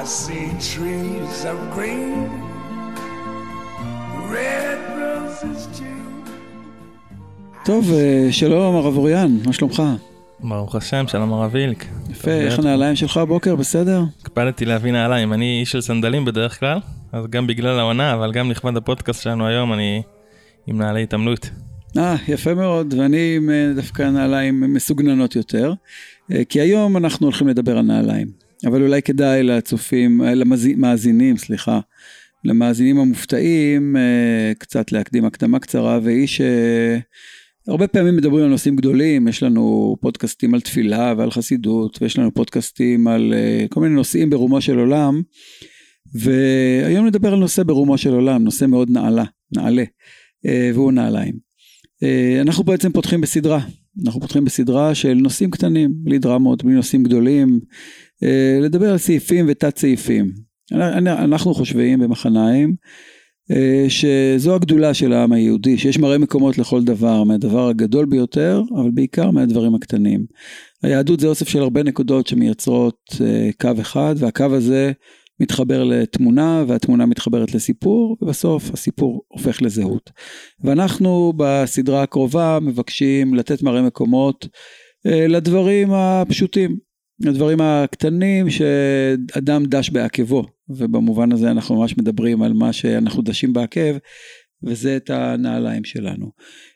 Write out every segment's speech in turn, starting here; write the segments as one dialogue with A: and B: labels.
A: see trees of green, red roses too.
B: טוב, שלום הרב אוריאן, מה שלומך?
C: ברוך השם, שלום הרב וילק.
B: יפה, איך הנעליים שלך הבוקר, בסדר?
C: הקפדתי להביא נעליים, אני איש של סנדלים בדרך כלל, אז גם בגלל העונה, אבל גם לכבוד הפודקאסט שלנו היום, אני עם נעלי התעמלות.
B: יפה מאוד, ואני עם דווקא נעליים מסוגננות יותר, כי היום אנחנו הולכים לדבר על נעליים, אבל אולי כדאי לצופים, למאזינים המופתעים, קצת להקדים הקדמה קצרה, ואיש הרבה פעמים מדברים על נושאים גדולים, יש לנו פודקאסטים על תפילה ועל חסידות, ויש לנו פודקאסטים על כל מיני נושאים ברומו של עולם, והיום נדבר על נושא ברומו של עולם, נושא מאוד נעלה, והוא נעליים. אנחנו בעצם פותחים בסדרה של נושאים קטנים, בלי דרמות, בלי נושאים גדולים, לדבר על סעיפים ותת סעיפים. אנחנו חושבים במחניים, שזו הגדולה של העם היהודי, שיש מראה מקומות לכל דבר, מהדבר הגדול ביותר, אבל בעיקר מהדברים הקטנים. היהדות זה אוסף של הרבה נקודות שמייצרות קו אחד, והקו הזה מתחבר לתמונה, והתמונה מתחברת לסיפור, ובסוף הסיפור הופך לזהות. ואנחנו בסדרה הקרובה מבקשים לתת מראה מקומות לדברים הפשוטים, לדברים הקטנים שאדם דש בעקבו, ובמובן הזה אנחנו ממש מדברים על מה שאנחנו דשים בעקב, וזה את הנעליים שלנו.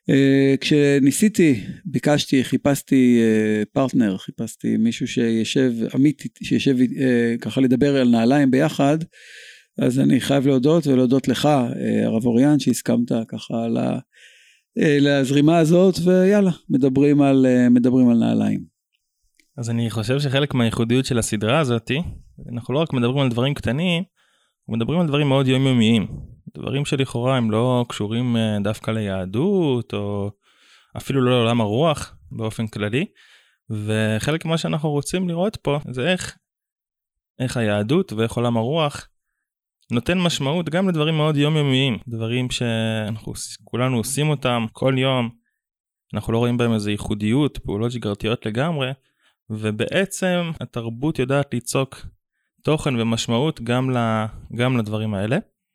B: חיפשתי פרטנר, חיפשתי מישהו שישב, עמית, שישב ככה לדבר על נעליים ביחד, אז אני חייב להודות לך, הרב אוריאן, שהסכמת ככה לזרימה הזאת, ויאללה, מדברים על נעליים.
C: אז אני חושב שחלק מהייחודיות של הסדרה הזאת, אנחנו לא רק מדברים על דברים קטנים, אנחנו מדברים על דברים מאוד יומיומיים. דברים שלכאורה הם לא קשורים דווקא ליהדות, או אפילו לא לעולם הרוח באופן כללי. וחלק מה שאנחנו רוצים לראות פה, זה איך היהדות ואיך עולם הרוח נותן משמעות גם לדברים מאוד יומיומיים. דברים שאנחנו כולנו עושים אותם כל יום, אנחנו לא רואים בהם איזו ייחודיות, פעולות שגרתיות לגמרי, ובעצם התרבות יודעת ליצוק תוכן ומשמעות גם לדברים האלה.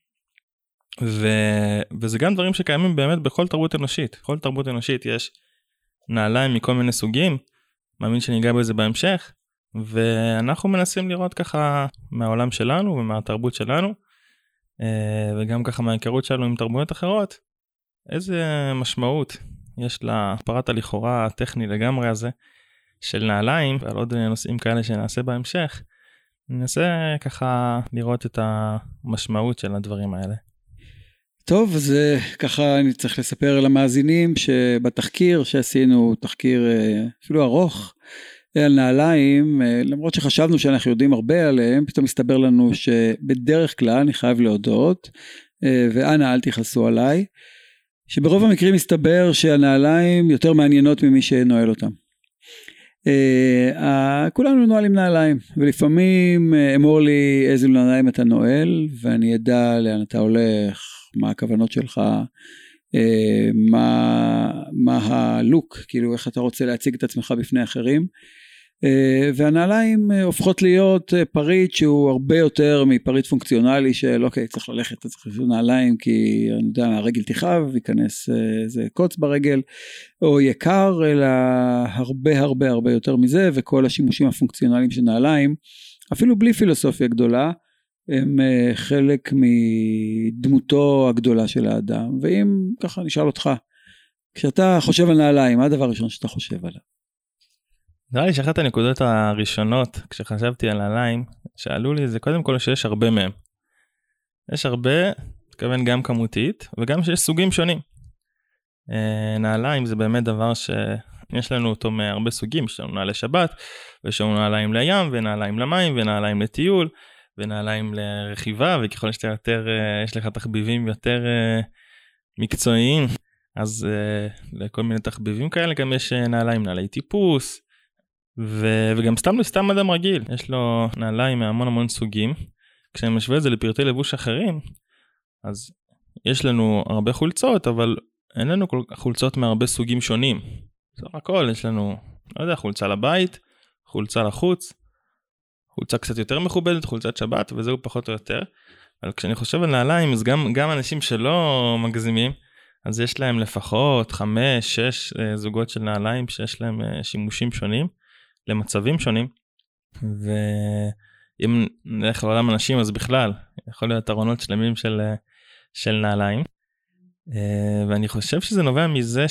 C: וזה גם דברים שקיימים באמת בכל תרבות אנושית. בכל תרבות אנושית יש נעליים מכל מיני סוגים, מאמין שניגע בזה בהמשך, ואנחנו מנסים לראות ככה מהעולם שלנו ומהתרבות שלנו, וגם ככה מההיכרות שלנו עם תרבויות אחרות, איזה משמעות יש לפרט הלכאורה הטכני לגמרי הזה, של נעליים, ועל עוד נושאים כאלה שנעשה בהמשך, ננסה ככה לראות את המשמעות של הדברים האלה.
B: טוב, אז ככה אני צריך לספר למאזינים שבתחקיר שעשינו, תחקיר אפילו ארוך, על נעליים, למרות שחשבנו שאנחנו יודעים הרבה עליהם, פתאום מסתבר לנו שבדרך כלל, אני חייב להודות, ואנה אל תכעסו עליי, שברוב המקרים מסתבר שהנעליים יותר מעניינות ממי שנועל אותם. כולנו נועלים נעליים, ולפעמים אמור לי איזה נעליים אתה נועל, ואני אדע לאן אתה הולך, מה הכוונות שלך, מה הלוק, כאילו איך אתה רוצה להציג את עצמך בפני אחרים, והנעליים הופכות להיות פריט שהוא הרבה יותר מפריט פונקציונלי של אוקיי, צריך ללכת, צריך לעשות נעליים כי אני יודע, הרגל תיכב, ייכנס איזה קוץ ברגל, או יקר, אלא הרבה יותר מזה, וכל השימושים הפונקציונליים של נעליים, אפילו בלי פילוסופיה גדולה, הם חלק מדמותו הגדולה של האדם. ואם ככה נשאל אותך, כשאתה חושב על נעליים, מה הדבר הראשון שאתה חושב עליו?
C: נראה לי שאחת הנקודות הראשונות, כשחשבתי על נעליים, שאלו לי, זה קודם כל שיש הרבה מהם. יש הרבה, מתכוון גם כמותית, וגם שיש סוגים שונים. נעליים זה באמת דבר שיש לנו אותו מהרבה סוגים, יש לנו נעלי שבת, ויש לנו נעליים לים, ונעליים למים, ונעליים לטיול, ונעליים לרכיבה, וככל שאתה יותר, יש לך תחביבים יותר מקצועיים, אז לכל מיני תחביבים כאלה גם יש נעליים, נעלי טיפוס, וגם סתם אדם רגיל, יש לו נעליים מהמון סוגים, כשאני משווה את זה לפרטי לבוש אחרים, אז יש לנו הרבה חולצות, אבל אין לנו חולצות מהרבה סוגים שונים. זה הכל, יש לנו, לא יודע, חולצה לבית, חולצה לחוץ, חולצה קצת יותר מכובדת, חולצת שבת, וזהו פחות או יותר. אבל כשאני חושב על נעליים, אז גם אנשים שלא מגזימים, אז יש להם לפחות 5-6 זוגות של נעליים, שיש להם שימושים שונים, למצבים שונים. ואם נלך לעולם אנשים, אז בכלל, יכול להיות ארונות שלמים של נעליים. ואני חושב שזה נובע מזה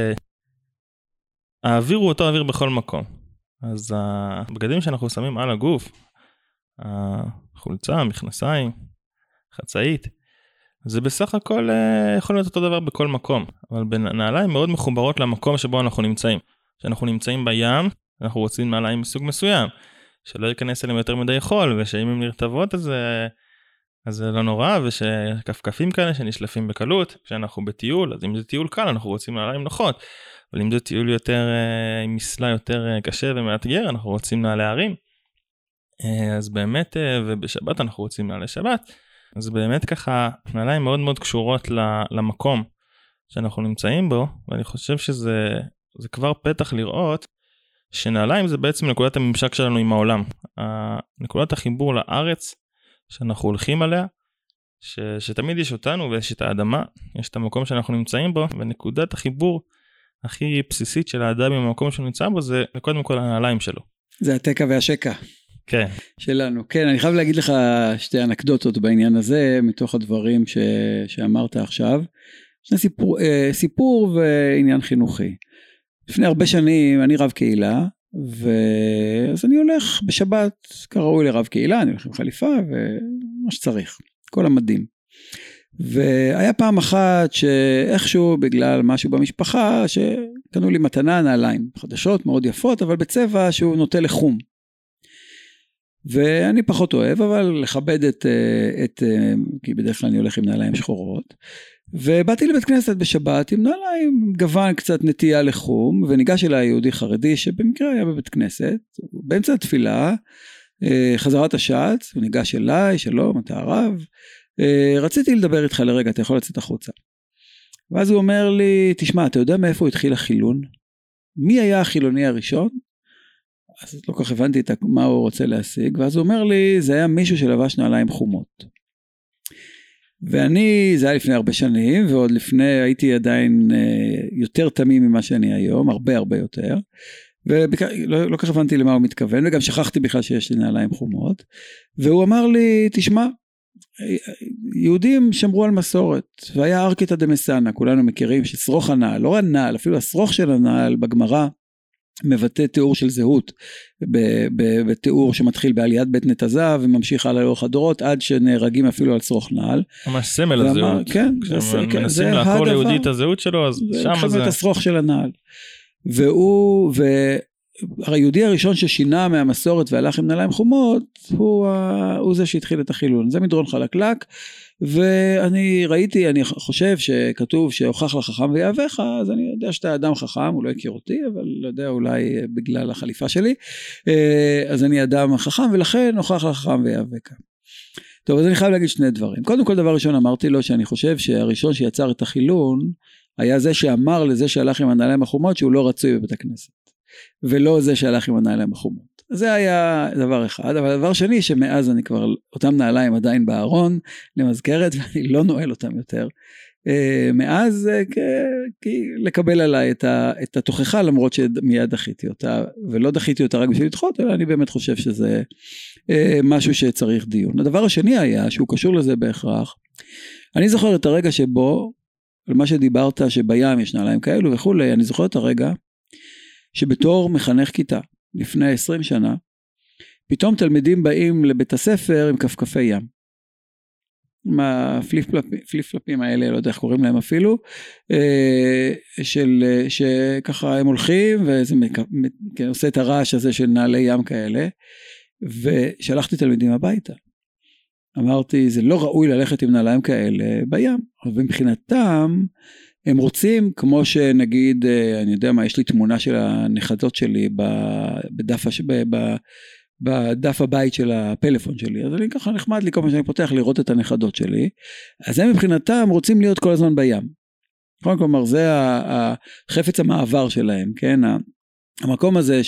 C: שהאוויר הוא אותו אוויר בכל מקום. אז הבגדים שאנחנו שמים על הגוף, החולצה, מכנסיים, חצאית, זה בסך הכל יכול להיות אותו דבר בכל מקום. אבל נעליים מאוד מחוברות למקום שבו אנחנו נמצאים. כשאנחנו נמצאים בים, אנחנו רוצים נעליים מסוג מסוים, שלא ייכנס אליהם יותר מדי חול, ושאם הם נרטבות אז זה לא נורא, ושכפכפים כאלה שנשלפים בקלות, כשאנחנו בטיול, אז אם זה טיול קל, אנחנו רוצים נעליים נוחות, אבל אם זה טיול יותר, עם מסלה יותר קשה ומאתגר, אנחנו רוצים נעלי הרים, אז באמת, ובשבת אנחנו רוצים נעלי שבת, אז באמת ככה, נעליים מאוד מאוד קשורות למקום שאנחנו נמצאים בו, ואני חושב שזה כבר פתח לראות, שנעליים זה בעצם נקודת הממשק שלנו עם העולם, נקודת החיבור לארץ, שאנחנו הולכים עליה, שתמיד יש אותנו ויש את האדמה, יש את המקום שאנחנו נמצאים בו, ונקודת החיבור הכי בסיסית של האדם עם המקום שהוא נמצא בו, זה קודם כל הנעליים שלו.
B: זה התקע והשקע.
C: כן.
B: שלנו. כן, אני חייב להגיד לך שתי אנקדוטות בעניין הזה, מתוך הדברים שאמרת עכשיו. סיפור ועניין חינוכי. לפני הרבה שנים אני רב קהילה, אז אני הולך בשבת, כראוי לרב קהילה, אני הולך עם חליפה ומה שצריך, כל המדים. והיה פעם אחת שאיכשהו בגלל משהו במשפחה, שקנו לי מתנה נעליים, חדשות מאוד יפות, אבל בצבע שהוא נוטה לחום. ואני פחות אוהב, אבל לכבד כי בדרך כלל אני הולך עם נעליים שחורות, ובאתי לבית כנסת בשבת עם נעליים, גוון קצת נטייה לחום, וניגש אליי יהודי חרדי שבמקרה היה בבית כנסת, באמצע התפילה, חזרת השעת, הוא ניגש אליי, שלום, אתה הרב, רציתי לדבר איתך לרגע, אתה יכול לצאת החוצה. ואז הוא אומר לי, תשמע, אתה יודע מאיפה התחיל החילון? מי היה החילוני הראשון? אז לא כך הבנתי מה הוא רוצה להשיג, ואז הוא אומר לי, זה היה מישהו שלבש נעליים חומות. ואני, זה היה לפני הרבה שנים, ועוד לפני הייתי עדיין יותר תמים ממה שאני היום, הרבה הרבה יותר, ולא כך הבנתי למה הוא מתכוון, וגם שכחתי בכלל שיש לי נעליים חומות, והוא אמר לי, תשמע, יהודים שמרו על מסורת, והיה ארקיתא דמסאנא, כולנו מכירים ששרוך הנעל, לא הנעל, אפילו השרוך של הנעל בגמרא, מבטא תיאור של זהות, בתיאור שמתחיל בעליית בית נתזה, וממשיך הלאה לאורך הדורות, עד שנהרגים אפילו על שרוך נעל.
C: ממש סמל הזהות.
B: כן,
C: כשמנסים לעקור ליהודי את הזהות שלו, אז שם זה...
B: את השרוך של הנעל. והיהודי הראשון ששינה מהמסורת והלך עם נעליים חומות, הוא זה שהתחיל את החילון. זה מדרון חלקלק, ואני ראיתי, אני חושב שכתוב שהוכח לחכם ויאהבך, אז אני יודע שאתה אדם חכם, הוא לא הכיר אותי, אבל לא יודע, אולי בגלל החליפה שלי, אז אני אדם חכם, ולכן הוכח לחכם ויאהבך. טוב, אז אני חייב להגיד שני דברים. קודם כל דבר ראשון אמרתי לו, שאני חושב שהראשון שיצר את החילון, היה זה שאמר לזה שהלך עם הנעליים החומות, שהוא לא רצוי בבית הכנסת, ולא זה שהלך עם הנעליים החומות. זה היה דבר אחד, אבל דבר שני שמאז אני כבר, אותם נעליים עדיין בארון למזכרת, ואני לא נועל אותם יותר. מאז לקבל עליי את התוכחה, למרות שמיד דחיתי אותה, ולא דחיתי אותה רק בשביל לדחות, אלא אני באמת חושב שזה משהו שצריך דיון. הדבר השני היה, שהוא קשור לזה בהכרח, אני זוכר את הרגע שבו, על מה שדיברת שבים יש נעליים כאלו וכולי, אני זוכר את הרגע, שבתור מחנך כיתה, לפני 20 שנה, פתאום תלמידים באים לבית הספר עם כפכפי ים. עם הפליפ-פלפים האלה, לא יודע איך קוראים להם אפילו, שככה הם הולכים, וזה עושה את הרעש הזה של נעלי ים כאלה, ושלחתי תלמידים הביתה. אמרתי, זה לא ראוי ללכת עם נעליים כאלה בים, אבל מבחינתם, הם רוצים, כמו שנגיד, אני יודע מה, יש לי תמונה של הנכדות שלי בדף הבית של הפלאפון שלי, אז אני ככה נחמד לי כל מה שאני פותח לראות את הנכדות שלי, אז הם מבחינתם רוצים להיות כל הזמן בים. כלומר, זה חפץ המעבר שלהם, כן? המקום הזה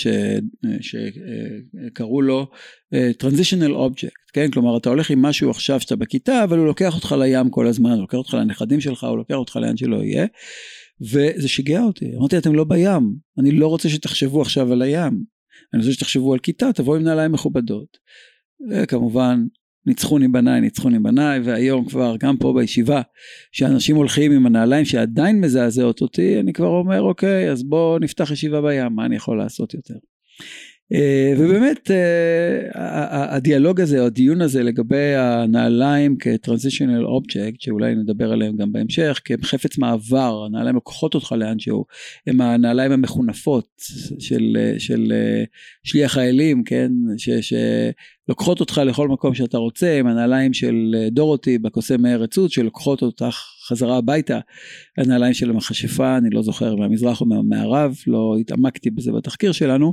B: שקראו לו transitional object, כן? כלומר אתה הולך עם משהו עכשיו שאתה בכיתה, אבל הוא לוקח אותך לים כל הזמן, הוא לוקח אותך לנכדים שלך, הוא לוקח אותך לאן שלא יהיה, וזה שיגע אותי, אמרתי אתם לא בים, אני לא רוצה שתחשבו עכשיו על הים, אני רוצה שתחשבו על כיתה, תבואו עם נעליים מכובדות, וכמובן ניצחוני בניי, והיום כבר גם פה בישיבה, שאנשים הולכים עם הנעליים שעדיין מזעזעות אותי, אני כבר אומר אוקיי, אז בואו נפתח ישיבה בים, מה אני יכול לעשות יותר? ובאמת הדיאלוג הזה או הדיון הזה לגבי הנעליים כ-transitional object שאולי נדבר עליהם גם בהמשך, כחפץ מעבר, הנעליים לוקחות אותך לאנשהו, הם הנעליים המחונפות של שליח האלים, כן, שלוקחות אותך לכל מקום שאתה רוצה, הם הנעליים של דורותי בקוסם מארצות שלוקחות אותך חזרה הביתה, הנעליים של המכשפה, אני לא זוכר מהמזרח או מהמערב, לא התעמקתי בזה בתחקיר שלנו,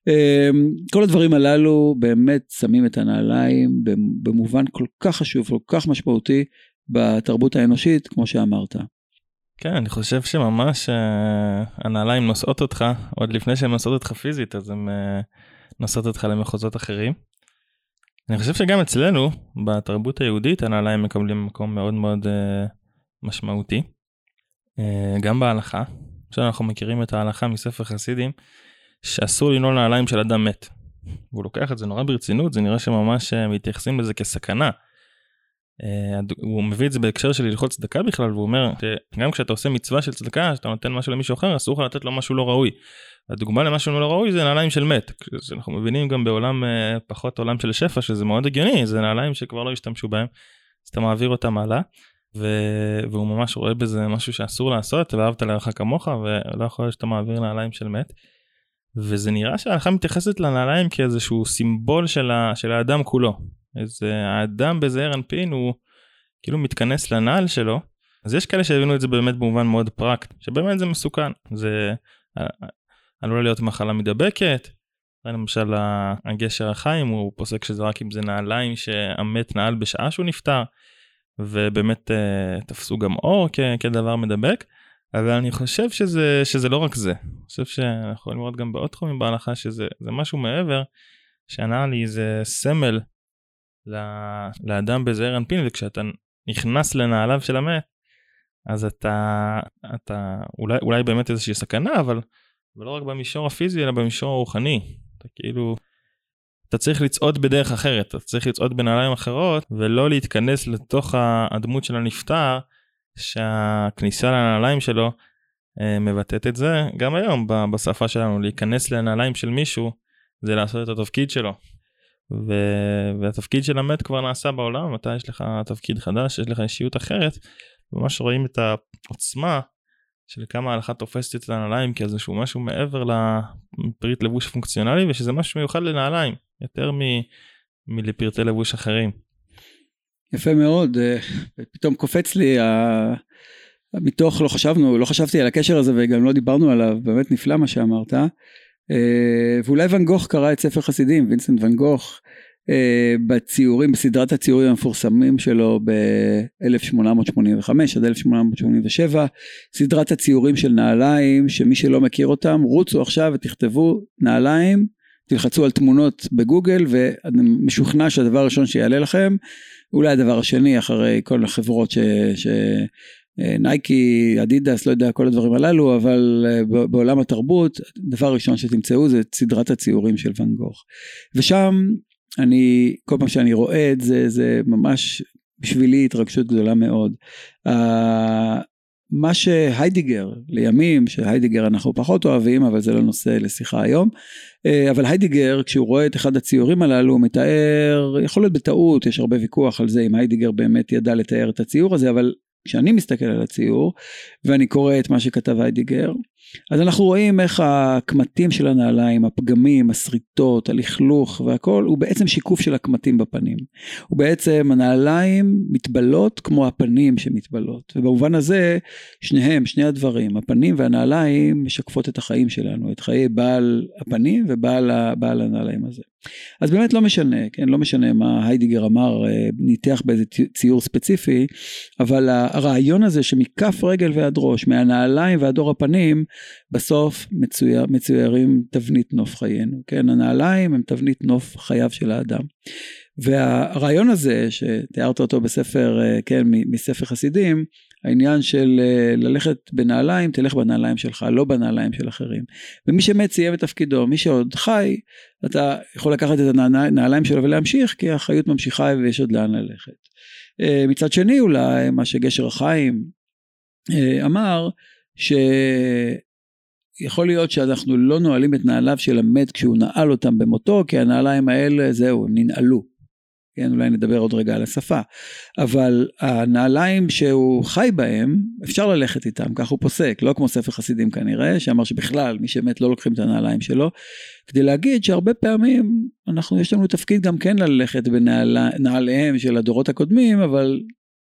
B: כל הדברים הללו באמת שמים את הנעליים במובן כל כך חשוב, כל כך משמעותי בתרבות האנושית, כמו שאמרת.
C: כן, אני חושב שממש הנעליים נושאות אותך, עוד לפני שהן נושאות אותך פיזית, אז הן נושאות אותך למחוזות אחרים. אני חושב שגם אצלנו, בתרבות היהודית, הנעליים מקבלים מקום מאוד מאוד משמעותי. גם בהלכה, שאנחנו מכירים את ההלכה מספר חסידים, שאסור לנעול נעליים של אדם מת. והוא לוקח את זה נורא ברצינות, זה נראה שממש מתייחסים לזה כסכנה. הוא מביא את זה בהקשר של הלכות צדקה בכלל, והוא אומר, גם כשאתה עושה מצווה של צדקה, שאתה נותן משהו למישהו אחר, אסור לך לתת לו משהו לא ראוי. הדוגמה למשהו לא ראוי זה נעליים של מת. אנחנו מבינים גם בעולם, פחות עולם של שפע, שזה מאוד הגיוני, זה נעליים שכבר לא השתמשו בהם, אז אתה מעביר אותם הלאה, והוא ממש רואה בזה משהו שאסור לעשות, ואהבת לרעך כמוך, ולא יכול שאתה מעביר נעליים של מת. וזה נראה שההלכה מתייחסת לנעליים כאיזשהו סימבול של האדם כולו. האדם בזעיר אנפין הוא כאילו מתכנס לנעל שלו, אז יש כאלה שהבינו את זה באמת במובן מאוד פרקט, שבאמת זה מסוכן, זה עלולה להיות מחלה מדבקת, למשל הגשר החיים הוא פוסק שזה רק אם זה נעליים שהמת נעל בשעה שהוא נפטר, ובאמת תפסו גם אור כדבר מדבק, אבל אני חושב שזה לא רק זה, אני חושב שאנחנו יכולים לראות גם בעוד תחומים בהלכה שזה משהו מעבר, שהנעל היא זה סמל לאדם בזעיר אנפין, וכשאתה נכנס לנעליו של המת, אז אתה אולי באמת איזושהי סכנה, אבל לא רק במישור הפיזי, אלא במישור הרוחני. אתה כאילו, אתה צריך לצעוד בדרך אחרת, אתה צריך לצעוד בנעליים אחרות, ולא להתכנס לתוך הדמות של הנפטר, שהכניסה לנעליים שלו מבטאת את זה. גם היום בשפה שלנו, להיכנס לנעליים של מישהו, זה לעשות את התפקיד שלו. והתפקיד של המת כבר נעשה בעולם, מתי יש לך תפקיד חדש, יש לך אישיות אחרת, ממש רואים את העוצמה של כמה ההלכה תופסת את הנעליים כאיזשהו משהו מעבר לפריט לבוש פונקציונלי, ושזה משהו מיוחד לנעליים, יותר מלפרטי לבוש אחרים.
B: יפה מאוד, פתאום קופץ לי, מתוך לא חשבתי על הקשר הזה וגם לא דיברנו עליו, באמת נפלא מה שאמרת, ואולי ואן גוך קרא את ספר חסידים, וינסנט ואן גוך, בציורים, בסדרת הציורים המפורסמים שלו ב-1885 עד 1887, סדרת הציורים של נעליים, שמי שלא מכיר אותם, רוצו עכשיו ותכתבו נעליים, תלחצו על תמונות בגוגל, ואני משוכנע שהדבר הראשון שיעלה לכם, אולי הדבר השני אחרי כל החברות נייקי, אדידס, לא יודע, כל הדברים הללו, אבל בעולם התרבות, דבר ראשון שתמצאו זה סדרת הציורים של ואן גוך. ושם כל פעם שאני רואה את זה, זה ממש בשבילי התרגשות גדולה מאוד. מה שהיידיגר, לימים, שהיידיגר אנחנו פחות אוהבים, אבל זה לא נושא לשיחה היום, אבל היידיגר, כשהוא רואה את אחד הציורים הללו, הוא מתאר, יכול להיות בטעות, יש הרבה ויכוח על זה, אם היידיגר באמת ידע לתאר את הציור הזה, אבל כשאני מסתכל על הציור, ואני קורא את מה שכתב היידיגר, אז אנחנו רואים איך הקמטים של הנעליים, הפגמים, הסריטות, הלכלוך והכל, הוא בעצם שיקוף של הקמטים בפנים. הוא בעצם, הנעליים מתבלות כמו הפנים שמתבלות. ובמובן הזה, שני הדברים, הפנים והנעליים משקפות את החיים שלנו, את חיי בעל הפנים ובעל הנעליים הזה. אז באמת לא משנה, כן? לא משנה מה היידיגר אמר, ניתח באיזה ציור ספציפי, אבל הרעיון הזה שמכף רגל ועד ראש, מהנעליים ועד אור הפנים, בסוף מצוירים תבנית נוף חיינו, כן, הנעליים הם תבנית נוף חייו של האדם, והרעיון הזה שתיארת אותו בספר, כן, מספר חסידים, העניין של ללכת בנעליים, תלך בנעליים שלך, לא בנעליים של אחרים, ומי שמת סיים את תפקידו, מי שעוד חי, אתה יכול לקחת את הנעליים שלו ולהמשיך, כי החיות ממשיכה ויש עוד לאן ללכת. מצד שני אולי, מה שגשר החיים אמר, שיכול להיות שאנחנו לא נועלים את נעליו של המת כשהוא נעל אותם במותו, כי הנעליים האלה זהו, הם ננעלו. כן, אולי נדבר עוד רגע על השפה, אבל הנעליים שהוא חי בהם, אפשר ללכת איתם, כך הוא פוסק, לא כמו ספר חסידים כנראה, שאמר שבכלל מי שמת לא לוקחים את הנעליים שלו, כדי להגיד שהרבה פעמים יש לנו תפקיד גם כן ללכת בנעליהם של הדורות הקודמים, אבל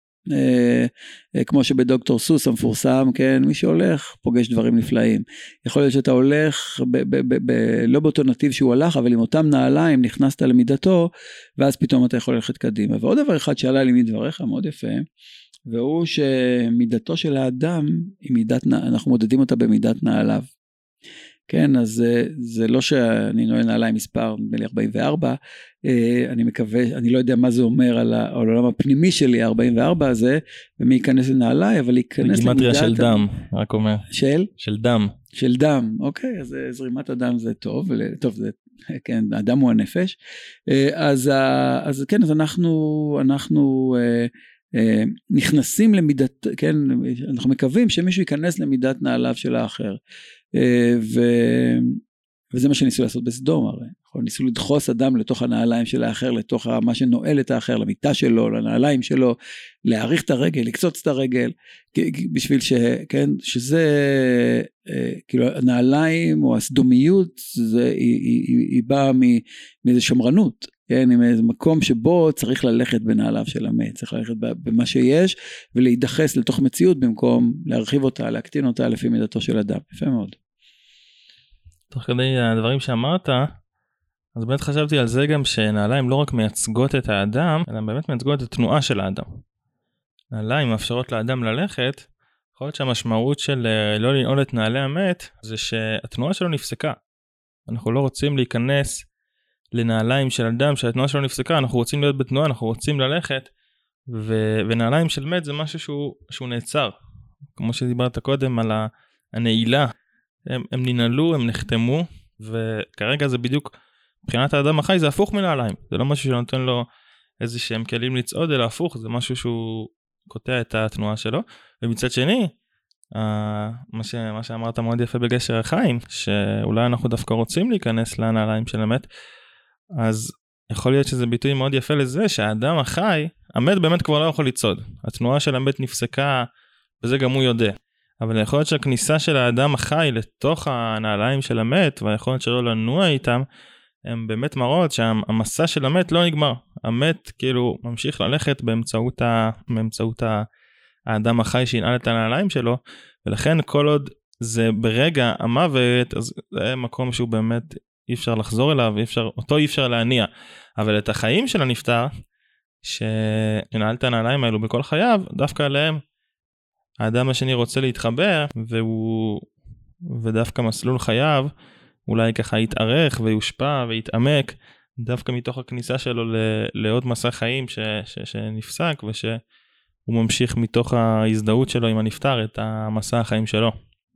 B: כמו שבדוקטור סוס המפורסם, כן, מי שהולך פוגש דברים נפלאים. יכול להיות שאתה הולך לא באותו נתיב שהוא הלך, אבל עם אותם נעליים נכנסת למידתו, ואז פתאום אתה יכול ללכת קדימה. ועוד דבר אחד שעלה לי מדבריך מאוד יפה, והוא שמידתו של האדם, אנחנו מודדים אותה במידת נעליו. כן, אז זה לא שאני נועל נעליים מספר, נדמה לי 44, אני מקווה, אני לא יודע מה זה אומר על העולם הפנימי שלי, 44 הזה, ומי ייכנס לנעליי, אבל ייכנס
C: לגימטריה של דם, רק אומר. של דם.
B: של דם, אוקיי, אז זרימת הדם זה טוב, טוב, זה, כן, הדם הוא הנפש, אז כן, אז אנחנו נכנסים למידת, כן, אנחנו מקווים שמישהו ייכנס למידת נעליו של האחר, וזה מה שניסו לעשות בסדום, הרי ניסו לדחוס אדם לתוך הנעליים של האחר, לתוך מה שנועל את האחר, למיטה שלו, לנעליים שלו, להאריך את הרגל, לקצוץ את הרגל, בשביל כן, שזה, כאילו הנעליים או הסדומיות, היא באה מאיזו שמרנות, כן, עם איזה מקום שבו צריך ללכת בנעליו של המת, צריך ללכת במה שיש, ולהידחס לתוך מציאות, במקום להרחיב אותה, להקטין אותה, לפי מידתו של אדם. יפה מאוד.
C: תוך כדי הדברים שאמרת, אז באמת חשבתי על זה גם שנעליים לא רק מייצגות את האדם, אלא באמת מייצגות את התנועה של האדם. נעליים מאפשרות לאדם ללכת, יכול להיות שהמשמעות של לא לנעול את נעלי המת, זה שהתנועה שלו נפסקה. אנחנו לא רוצים להיכנס לנעליים של אדם שהתנועה שלו נפסקה, אנחנו רוצים להיות בתנועה, אנחנו רוצים ללכת, ונעליים של מת זה משהו שהוא נעצר. כמו שדיברת קודם על הנעילה, הם ננעלו, הם נחתמו, וכרגע זה בדיוק, מבחינת האדם החי זה הפוך מנעליים, זה לא משהו שנותן לו איזה שהם כלים לצעוד, אלא הפוך, זה משהו שהוא קוטע את התנועה שלו, ומצד שני, מה שאמרת מאוד יפה בגשר החיים, שאולי אנחנו דווקא רוצים להיכנס לנעליים של המת, אז יכול להיות שזה ביטוי מאוד יפה לזה, שהאדם החי, המת באמת כבר לא יכול לצעוד, התנועה של המת נפסקה, וזה גם הוא יודע. אבל יכול להיות שהכניסה של האדם החי לתוך הנעליים של המת, והיכולת שלו לנוע איתם, הם באמת מראות שהמסע של המת לא נגמר. המת כאילו ממשיך ללכת באמצעות האדם החי שינעל את הנעליים שלו, ולכן כל עוד זה ברגע המוות, אז זה מקום שהוא באמת אי אפשר לחזור אליו, אותו אי אפשר להניע. אבל את החיים של הנפטר, שנעל את הנעליים האלו בכל חייו, דווקא עליהם, האדם השני רוצה להתחבר, ודווקא מסלול חייו, אולי ככה יתארך ויושפע ויתעמק, דווקא מתוך הכניסה שלו לעוד מסע חיים שנפסק, ושהוא ממשיך מתוך ההזדהות שלו עם הנפטר, את המסע החיים שלו.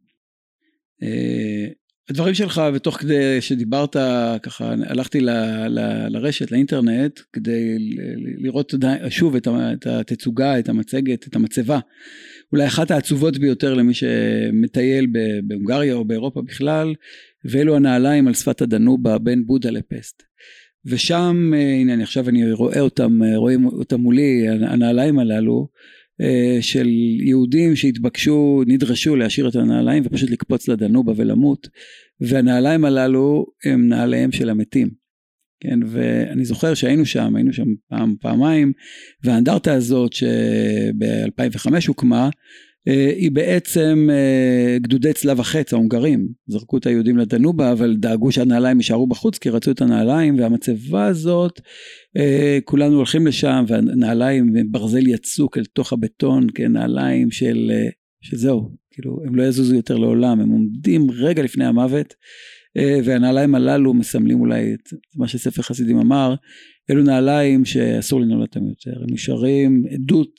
B: הדברים שלך, ותוך כדי שדיברת, ככה הלכתי לרשת, לאינטרנט, כדי לראות שוב את התצוגה, את המצגת, את המצבה. אולי אחת העצובות ביותר למי שמטייל בהונגריה או באירופה בכלל, ואלו הנעליים על שפת הדנובה בין בודה לפסט. ושם, הנה, עכשיו אני רואים אותם מולי, הנעליים הללו, של יהודים נדרשו להשאיר את הנעליים ופשוט לקפוץ לדנובה ולמות, והנעליים הללו הם נעליהם של המתים, כן, ואני זוכר שהיינו שם פעמיים, והאנדרטה הזאת שב-2005 הוקמה, היא בעצם גדודי צלב החץ ההונגרים, זרקו את היהודים לדנובה, אבל דאגו שהנעליים יישארו בחוץ, כי רצו את הנעליים, והמצבה הזאת, כולנו הולכים לשם, והנעליים ברזל יצוק אל תוך הבטון, כן, נעליים שזהו, כאילו הם לא יזוזו יותר לעולם, הם עומדים רגע לפני המוות, והנעליים הללו מסמלים אולי את מה שספר חסידים אמר, אלו נעליים שאסור לנעול אותם יותר, הם נשארים עדות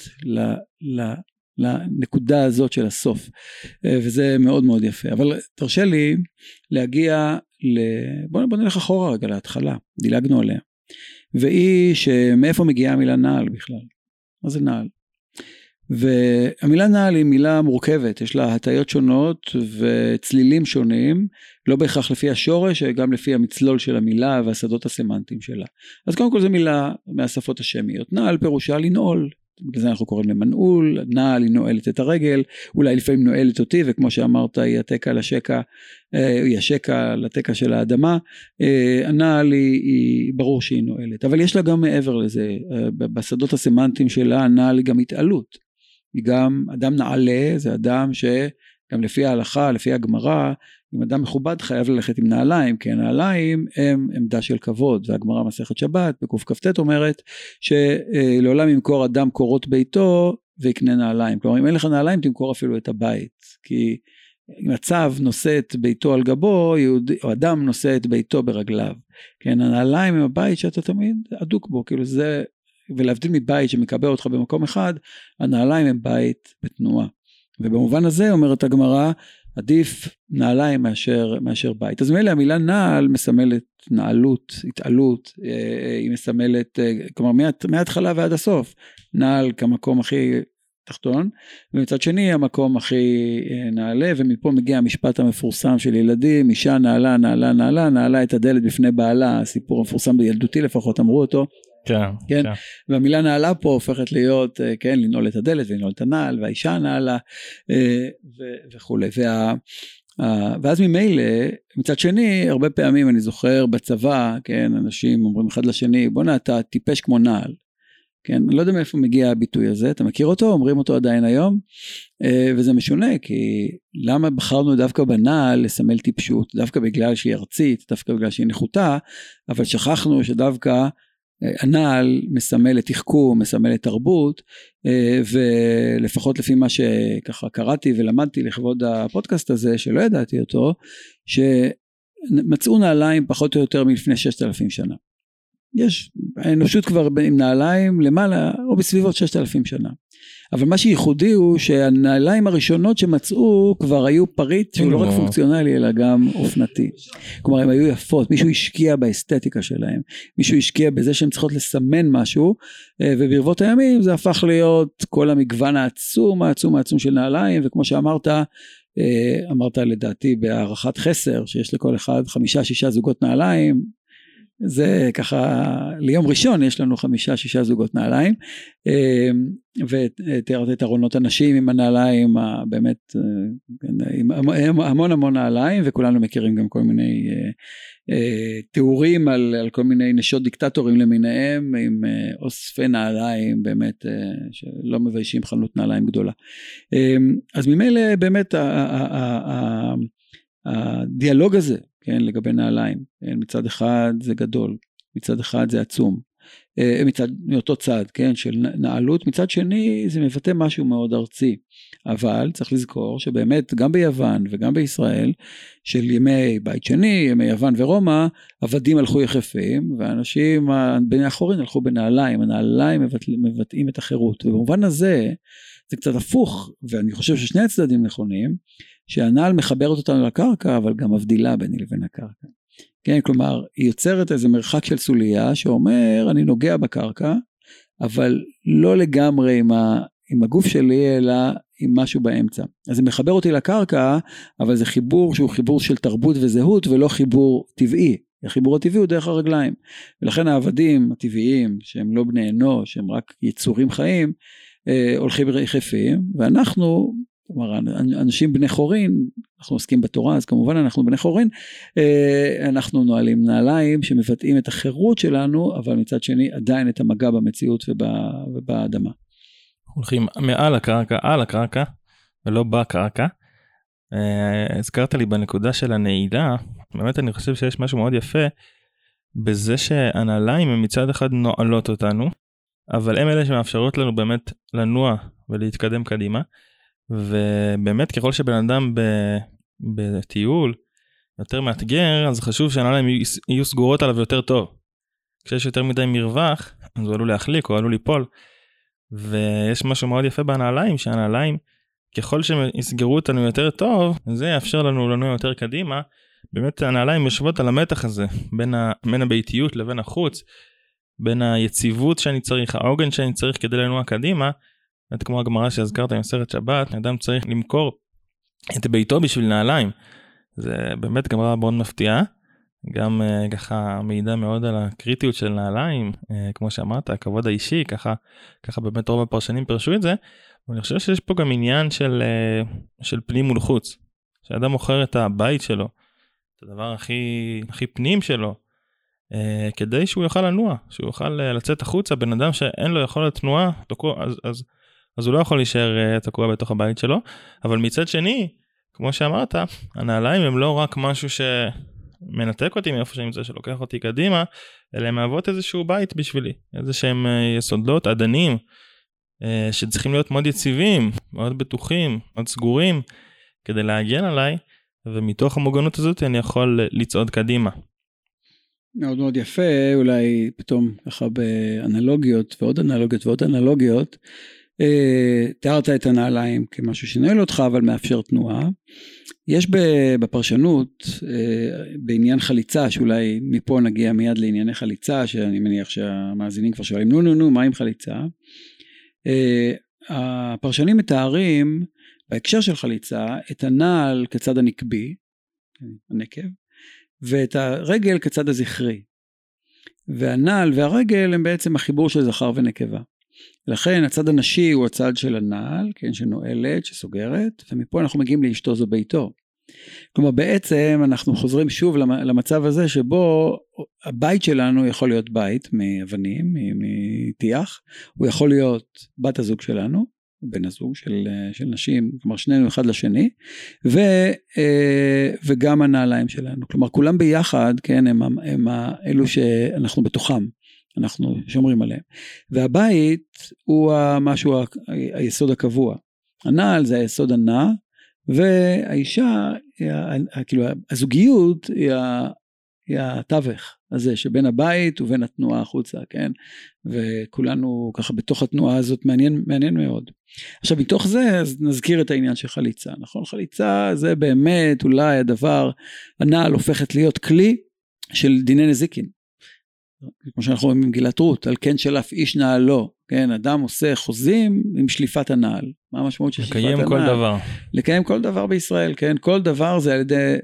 B: לנקודה הזאת של הסוף, וזה מאוד מאוד יפה. אבל תרשה לי להגיע בוא נלך אחורה רגע להתחלה, דילגנו עליה, והיא שמאיפה מגיעה המילה נעל בכלל, מה זה נעל? והמילה נעל היא מילה מורכבת, יש לה הטיות שונות וצלילים שונים, לא בהכרח לפי השורש, גם לפי המצלול של המילה והשדות הסמנטיים שלה. אז קודם כל זו מילה מהשפות השמיות, נעל פירושה לנעול, בגלל זה אנחנו קוראים למנעול, נעל היא נועלת את הרגל, אולי לפעמים נועלת אותי, וכמו שאמרת היא התקע לשקע, היא השקע לתקע של האדמה, הנעל היא ברור שהיא נועלת, אבל יש לה גם מעבר לזה, בשדות הסמנטיים שלה, הנעל היא גם התעלות, היא גם אדם נעלה, זה אדם שגם לפי ההלכה, לפי הגמרא, אם אדם מכובד חייב ללכת עם נעליים, כי הנעליים הם עמדה של כבוד, והגמרא מסכת שבת בקוף כ"ט אומרת, שלעולם ימכור אדם קורות ביתו ויקנה נעליים, כלומר אם אין לך נעליים תמכור אפילו את הבית, כי אם הצב נושא את ביתו על גבו, או אדם נושא את ביתו ברגליו, כן, הנעליים הם הבית שאתה תמיד אדוק בו, כאילו זה, ולהבדיל מבית שמקבל אותך במקום אחד, הנעליים הם בית בתנועה, ובמובן הזה אומרת הגמרא, עדיף נעליים מאשר בית. אז מילא המילה נעל מסמלת נעלות, התעלות, היא מסמלת, כלומר מההתחלה ועד הסוף, נעל כמקום הכי תחתון, ומצד שני המקום הכי נעלה, ומפה מגיע המשפט המפורסם של ילדים, אישה נעלה את הדלת בפני בעלה, הסיפור המפורסם בילדותי לפחות אמרו אותו, כן, והמילה נעלה פה הופכת להיות, כן, לנעול את הדלת ולנעול את הנעל, והאישה נעלה וכו'. ואז ממילא, מצד שני, הרבה פעמים אני זוכר בצבא, כן, אנשים אומרים אחד לשני, בוא אתה טיפש כמו נעל, כן, אני לא יודע מאיפה מגיע הביטוי הזה, אתה מכיר אותו, אומרים אותו עדיין היום, וזה משונה, כי למה בחרנו דווקא בנעל לסמל טיפשות, דווקא בגלל שהיא ארצית, דווקא בגלל שהיא נחותה, אבל שכחנו שדווקא הנעל מסמל את תחכום, מסמל את תרבות, ולפחות לפי מה שככה קראתי ולמדתי לכבוד הפודקאסט הזה, שלא ידעתי אותו, שמצאו נעליים פחות או יותר מלפני 6,000 שנה. יש האנושות כבר עם נעליים למעלה או בסביבות 6,000 שנה. אבל מה שייחודי הוא שהנעליים הראשונות שמצאו כבר היו פריט שהוא לא רק פונקציונלי אלא גם אופנתי. כלומר הם היו יפות, מישהו השקיע באסתטיקה שלהם, מישהו השקיע בזה שהם צריכות לסמן משהו, וברבות הימים זה הפך להיות כל המגוון העצום של נעליים, וכמו שאמרת, אמרת לדעתי בהערכת חסר שיש לכל אחד 5-6 זוגות נעליים, זה ככה, ליום ראשון יש לנו 5-6 זוגות נעליים, ותיארת את ארונות הנשים עם הנעליים, באמת, עם המון נעליים, וכולנו מכירים גם כל מיני תיאורים על כל מיני נשות דיקטטורים למיניהם, עם אוספי נעליים, באמת, שלא מביישים חנות נעליים גדולה. אז ממילא באמת הדיאלוג הזה, כן, לגבי נעליים, מצד אחד זה גדול, מצד אחד זה עצום, מאותו צד, כן, של נעלות, מצד שני זה מבטא משהו מאוד ארצי, אבל צריך לזכור שבאמת גם ביוון וגם בישראל, של ימי בית שני, ימי יוון ורומא, עבדים הלכו יחפים, ואנשים בני החורין הלכו בנעליים, הנעליים מבטאים את החירות, ובמובן הזה זה קצת הפוך, ואני חושב ששני הצדדים נכונים, שהנעל מחברת אותנו לקרקע, אבל גם מבדילה ביני לבין הקרקע. כן, כלומר, היא יוצרת איזה מרחק של סוליה, שאומר, אני נוגע בקרקע, אבל לא לגמרי עם הגוף שלי, אלא עם משהו באמצע. אז זה מחבר אותי לקרקע, אבל זה חיבור שהוא חיבור של תרבות וזהות, ולא חיבור טבעי. החיבור הטבעי הוא דרך הרגליים. ולכן העבדים הטבעיים, שהם לא בני אנוש, שהם רק יצורים חיים, הולכים יחפים, ואנחנו, כלומר, אנשים בני חורין, אנחנו עוסקים בתורה, אז כמובן אנחנו בני חורין, אנחנו נועלים נעליים שמבטאים את החירות שלנו, אבל מצד שני עדיין את המגע במציאות ובאדמה.
C: הולכים מעל הקרקע, על הקרקע, ולא בקרקע. הזכרת לי בנקודה של הנעילה, באמת אני חושב שיש משהו מאוד יפה, בזה שהנעליים הם מצד אחד נועלות אותנו, אבל הם אלה שמאפשרות לנו באמת לנוע ולהתקדם קדימה, ובאמת ככל שבן אדם בטיול יותר מאתגר, אז חשוב שהנעליים יהיו סגורות עליו יותר טוב. כשיש יותר מדי מרווח, אז הוא עלול להחליק או עלול ליפול. ויש משהו מאוד יפה בנעליים, שהנעליים, ככל שהם יסגרו אותנו יותר טוב, זה יאפשר לנו לנוע יותר קדימה. באמת הנעליים יושבות על המתח הזה, בין הביתיות לבין החוץ, בין היציבות שאני צריך, העוגן שאני צריך כדי לנוע קדימה, כמו הגמרא שהזכרת עם מסכת שבת, אדם צריך למכור את ביתו בשביל נעליים. זה באמת גמרא מאוד מפתיעה, גם ככה מידע מאוד על הקריטיות של נעליים, כמו שאמרת, הכבוד האישי, ככה באמת רוב הפרשנים פרשו את זה, ואני חושב שיש פה גם עניין של פנים מול חוץ, שאדם מוכר את הבית שלו, את הדבר הכי פנים שלו, כדי שהוא יוכל לנוע, שהוא יוכל לצאת החוצה. בן אדם שאין לו יכולת תנועה, אז הוא לא יכול להישאר תקוע בתוך הבית שלו, אבל מצד שני, כמו שאמרת, הנעליים הם לא רק משהו שמנתק אותי מאיפה שאני מצא שלוקח אותי קדימה, אלא הם מהוות איזשהו בית בשבילי, איזה שהם יסודות, עדנים, שצריכים להיות מאוד יציבים, מאוד בטוחים, מאוד סגורים, כדי להגן עליי, ומתוך המוגנות הזאת אני יכול לצעוד קדימה.
B: מאוד מאוד יפה, אולי פתאום ככה באנלוגיות ועוד אנלוגיות ועוד אנלוגיות, תיארת את הנעליים כמשהו שנועל אותך אבל מאפשר תנועה. יש בפרשנות בעניין חליצה, שאולי מפה נגיע מיד לענייני חליצה, שאני מניח שהמאזינים כבר שואלים נו מה עם חליצה. הפרשנים מתארים בהקשר של חליצה את הנעל כצד הנקבי, הנקב, ואת הרגל כצד הזכרי, והנעל והרגל הם בעצם החיבור של זכר ונקבה. לכן הצד הנשי הוא הצד של הנעל, כן, שנועלת, שסוגרת, ומפה אנחנו מגיעים לאשתו זו ביתו. כלומר בעצם אנחנו חוזרים שוב למצב הזה שבו הבית שלנו יכול להיות בית מאבנים, מתיח, הוא יכול להיות בת הזוג שלנו, בן הזוג של נשים, כלומר שנינו אחד לשני, וגם הנעליים שלנו, כלומר כולם ביחד, כן, הם אלו שאנחנו בתוכם, אנחנו שומרים עליהם, והבית הוא משהו, היסוד הקבוע, הנעל זה היסוד הנע, והאישה, כאילו הזוגיות היא התווך הזה שבין הבית ובין התנועה החוצה, כן, וכולנו ככה בתוך התנועה הזאת, מעניין מאוד. עכשיו מתוך זה אז נזכיר את העניין של חליצה, נכון? חליצה זה באמת אולי הדבר, הנעל הופכת להיות כלי של דיני נזיקין, כמו שאנחנו רואים במגילת רות, על כן שלף איש נעלו, כן, אדם עושה חוזים עם שליפת הנעל. מה המשמעות של שליפת הנעל? לקיים כל דבר. לקיים כל דבר בישראל, כן, כל דבר זה על ידי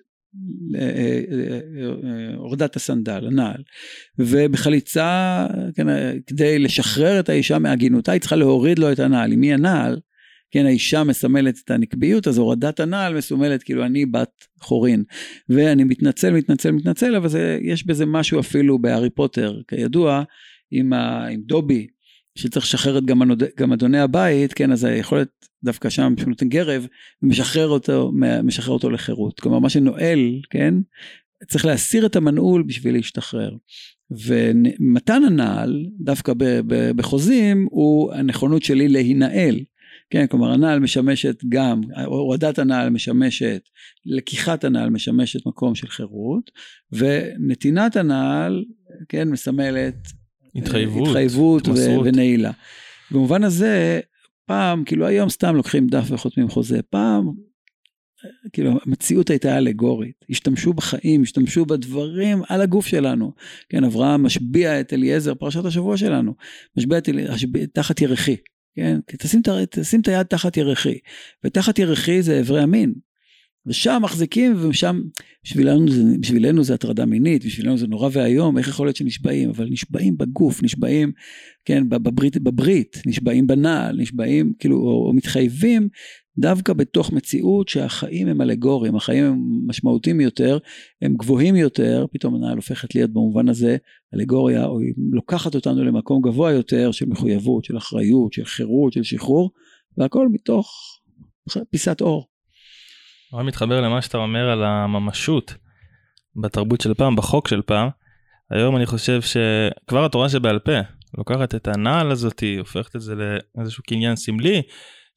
B: הורדת הסנדל, הנעל, ובחליצה, כן, כדי לשחרר את האישה מהגינותה, היא צריכה להוריד לו את הנעל. אם היא הנעל, כן, האישה מסמלת את הנקביות, אז הורדת הנעל מסומלת כאילו אני בת חורין, ואני מתנצל, אבל יש בזה משהו אפילו בהארי פוטר, כידוע, עם דובי, שצריך לשחרר גם אדוני הבית, כן, אז היכולת דווקא שם שהוא נותן גרב, ומשחרר אותו לחירות, כלומר מה שנועל, כן, צריך להסיר את המנעול בשביל להשתחרר, ומתן הנעל, דווקא בחוזים, הוא הנכונות שלי להינעל, כן, כלומר הנעל משמשת גם, הורדת הנעל משמשת, לקיחת הנעל משמשת מקום של חירות, ונתינת הנעל, כן, מסמלת התחייבות ונעילה. במובן הזה, פעם, כאילו היום סתם לוקחים דף וחותמים חוזה, פעם, כאילו המציאות הייתה אלגורית, השתמשו בחיים, השתמשו בדברים על הגוף שלנו, כן, אברהם משביע את אליעזר, פרשת השבוע שלנו, משביע את אליעזר, תחת ירחי, כן, תשים את היד תחת ירחי, ותחת ירחי זה עברי המין, ושם מחזיקים, ושם בשבילנו זה הטרדה מינית, בשבילנו זה נורא והיום, איך יכול להיות שנשבעים, אבל נשבעים בגוף, נשבעים, כן, בברית, נשבעים בנעל, נשבעים, כאילו, או מתחייבים, דווקא בתוך מציאות שהחיים הם אלגוריים, החיים הם משמעותיים יותר, הם גבוהים יותר, פתאום הנעל הופכת להיות במובן הזה אלגוריה, או היא לוקחת אותנו למקום גבוה יותר, של מחויבות, של אחריות, של חירות, של שחרור, והכל מתוך פיסת אור.
C: אני מתחבר למה שאתה אומר על הממשות בתרבות של פעם, בחוק של פעם. היום אני חושב שכבר התורה שבעל פה לוקחת את הנעל הזאת, הופכת את זה לאיזשהו קניין סמלי,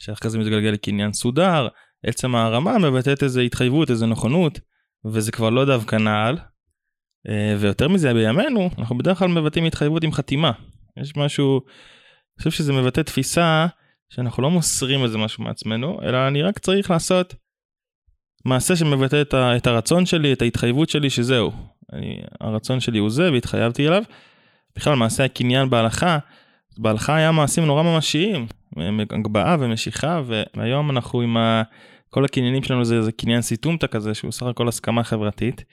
C: שאחרי זה מתגלגל לקניין סודר, עצם הרמה מבטאת איזו התחייבות, איזו נכונות, וזה כבר לא דווקא נעל, ויותר מזה בימינו, אנחנו בדרך כלל מבטאים התחייבות עם חתימה, יש משהו, אני חושב שזה מבטא תפיסה, שאנחנו לא מוסרים איזה משהו מעצמנו, אלא אני רק צריך לעשות מעשה שמבטא את הרצון שלי, את ההתחייבות שלי שזהו, הרצון שלי הוא זה והתחייבתי אליו, בכלל מעשה הקניין בהלכה היה מעשים נורא ממשיים, הגבעה ומשיכה, והיום אנחנו עם כל הקניינים שלנו זה קניין סיטומטה כזה, שהוא סך הכל הסכמה חברתית,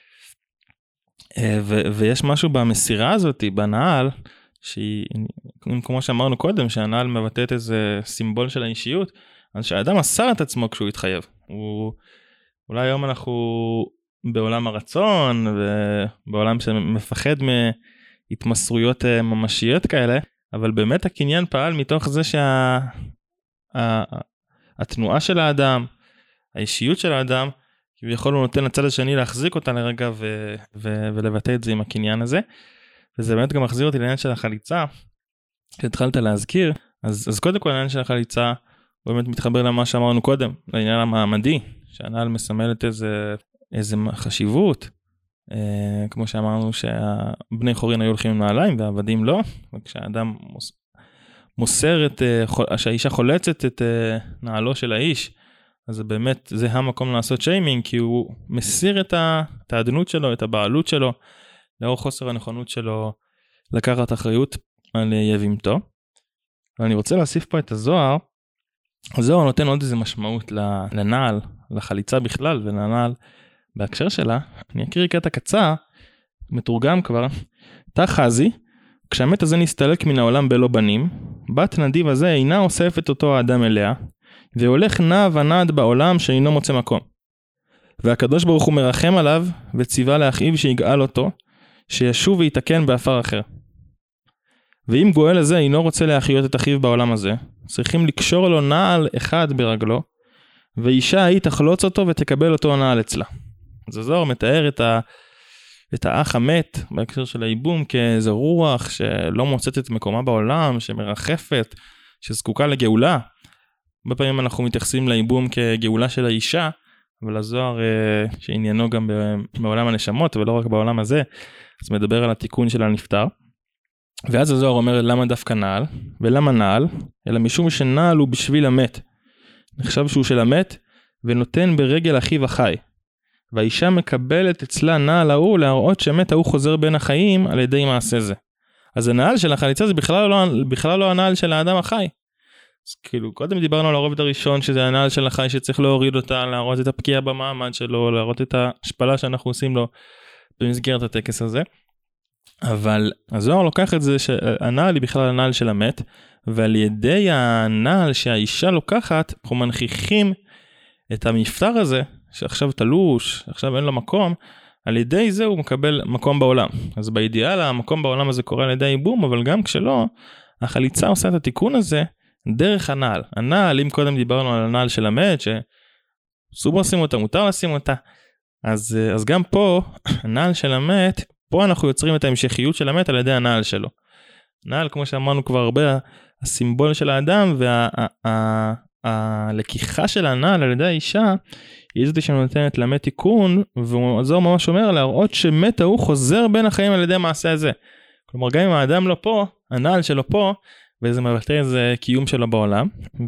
C: ויש משהו במסירה הזאת, בנעל, שהיא, כמו שאמרנו קודם, שהנעל מבטאת איזה סימבול של האישיות, אז שהאדם מסר את עצמו כשהוא התחייב. אולי היום אנחנו בעולם הרצון, ובעולם שמפחד מהתמסרויות ממשיות כאלה, אבל באמת הקניין פעל מתוך זה שהתנועה של האדם, האישיות של האדם, כביכול הוא נותן לצד השני להחזיק אותה לרגע ולבטא את זה עם הקניין הזה. וזה באמת גם מחזיר אותי לעניין של החליצה, שהתחלת להזכיר, אז קודם כל העניין של החליצה, הוא באמת מתחבר למה שאמרנו קודם, לעניין המעמדי, שהנעל מסמלת איזה חשיבות, כמו שאמרנו שהבני חורין היו הולכים עם נעליים והעבדים לא, וכשהאדם מוסר שהאישה חולצת את נעלו של האיש, אז באמת זה המקום לעשות שיימינג, כי הוא מסיר את העדנות שלו, את הבעלות שלו, לאור חוסר הנכונות שלו לקחת אחריות על יבימתו. ואני רוצה להוסיף פה את הזוהר. הזוהר נותן עוד איזה משמעות לנעל, לחליצה בכלל ולנעל בהקשר שלה. אני אקריא קטע קצר, מתורגם כבר. תחזי, כשהמת הזה נסתלק מן העולם בלא בנים, בת נדיב הזה אינה אוספת אותו האדם אליה, והולך נע ונד בעולם שאינו מוצא מקום. והקדוש ברוך הוא מרחם עליו, וציווה לאחיו שיגאל אותו, שישוב ויתקן באפר אחר. ואם גואל הזה אינו רוצה להחיות את אחיו בעולם הזה, צריכים לקשור לו נעל אחד ברגלו, ואישה היא תחלוץ אותו ותקבל אותו נעל אצלה. אז הזוהר מתאר את האח המת, בהקשר של הייבום, כאיזו רוח שלא מוצאת את מקומה בעולם, שמרחפת, שזקוקה לגאולה. בפעמים אנחנו מתייחסים לייבום כגאולה של האישה, אבל הזוהר שעניינו גם בעולם הנשמות, ולא רק בעולם הזה, אז מדבר על התיקון של הנפטר. ואז הזוהר אומר למה דווקא נעל, ולמה נעל, אלא משום שנעל הוא בשביל המת. נחשב שהוא של המת, ונותן ברגל אחיו החי. והאישה מקבלת אצלה נעל ההוא להראות שמת ההוא חוזר בין החיים על ידי מעשה זה. אז הנעל של החליצה זה בכלל לא הנעל של האדם החי. אז כאילו קודם דיברנו על הרובד הראשון שזה הנעל של החי שצריך להוריד אותה, להראות את הפגיעה במעמד שלו, להראות את ההשפלה שאנחנו עושים לו במסגרת הטקס הזה. אבל הזוהר לוקח את זה שהנעל היא בכלל הנעל של המת, ועל ידי הנעל שהאישה לוקחת, אנחנו מנכיחים את המפטר הזה, שעכשיו תלוש, עכשיו אין לו מקום, על ידי זה הוא מקבל מקום בעולם. אז באידיאל המקום בעולם הזה קורה על ידי איבום, אבל גם כשלא, החליצה עושה את התיקון הזה דרך הנעל. הנעל, אם קודם דיברנו על הנעל של המת, שאסור לשים אותה, מותר לשים אותה, אז גם פה, הנעל של המת, פה אנחנו יוצרים את ההמשכיות של המת על ידי הנעל שלו. הנעל, כמו שאמרנו כבר הרבה, הסימבול של האדם והלקיחה של הנעל על ידי האישה, היא זאת שנותנת למת תיקון, והזוהר ממש אומר להראות שמת ההוא חוזר בין החיים על ידי המעשה הזה. כלומר, גם אם האדם לא פה, הנעל שלו פה, וזה מבטא איזה קיום שלו בעולם.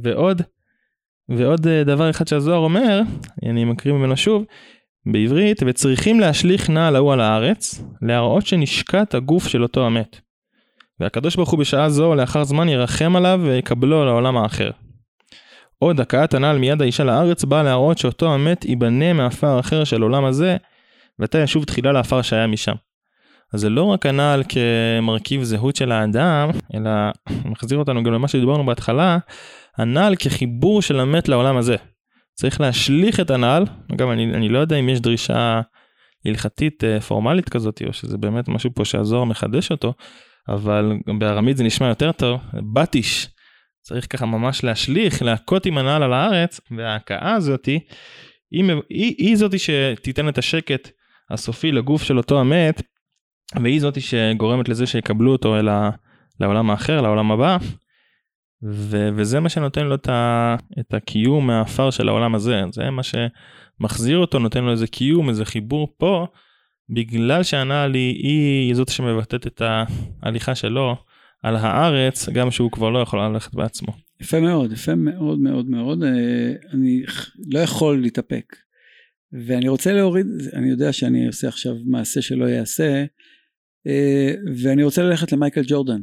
C: ועוד דבר אחד שהזוהר אומר, אני מקריא ממנו שוב, בעברית, וצריכים להשליך נעל ההוא על הארץ, להראות שנשקט הגוף של אותו המת. והקדוש ברוך הוא בשעה זו, לאחר זמן ירחם עליו ויקבלו לעולם האחר. עוד הקעת הנעל מיד האישה לארץ באה להראות שאותו המת ייבנה מאפר אחר של עולם הזה, ואתה ישוב תחילה לאפר שהיה משם. אז זה לא רק הנעל כמרכיב זהות של האדם, אלא מחזיר אותנו גם למה שדיברנו בהתחלה, הנעל כחיבור של המת לעולם הזה. צריך להשליך את הנעל, גם אני לא יודע אם יש דרישה הלכתית פורמלית כזאת, או שזה באמת משהו פה שהזוהר מחדש אותו, אבל בארמית זה נשמע יותר טוב, בטיש, צריך ככה ממש להשליך, להכות עם הנעל על הארץ, וההכאה הזאת, היא זאת שתיתן את השקט הסופי לגוף של אותו המת, והיא זאת שגורמת לזה שיקבלו אותו לעולם האחר, לעולם הבא, וזה מה שנותן לו את הקיום מהאפר של העולם הזה, זה מה שמחזיר אותו, נותן לו איזה קיום, איזה חיבור פה, בגלל שהנעל היא זאת שמבטאת את ההליכה שלו על הארץ, גם שהוא כבר לא יכול ללכת בעצמו.
B: יפה מאוד, יפה מאוד מאוד מאוד, אני לא יכול להתאפק, ואני רוצה להוריד, אני יודע שאני עושה עכשיו מעשה שלא יעשה, ואני רוצה ללכת למייקל ג'ורדן,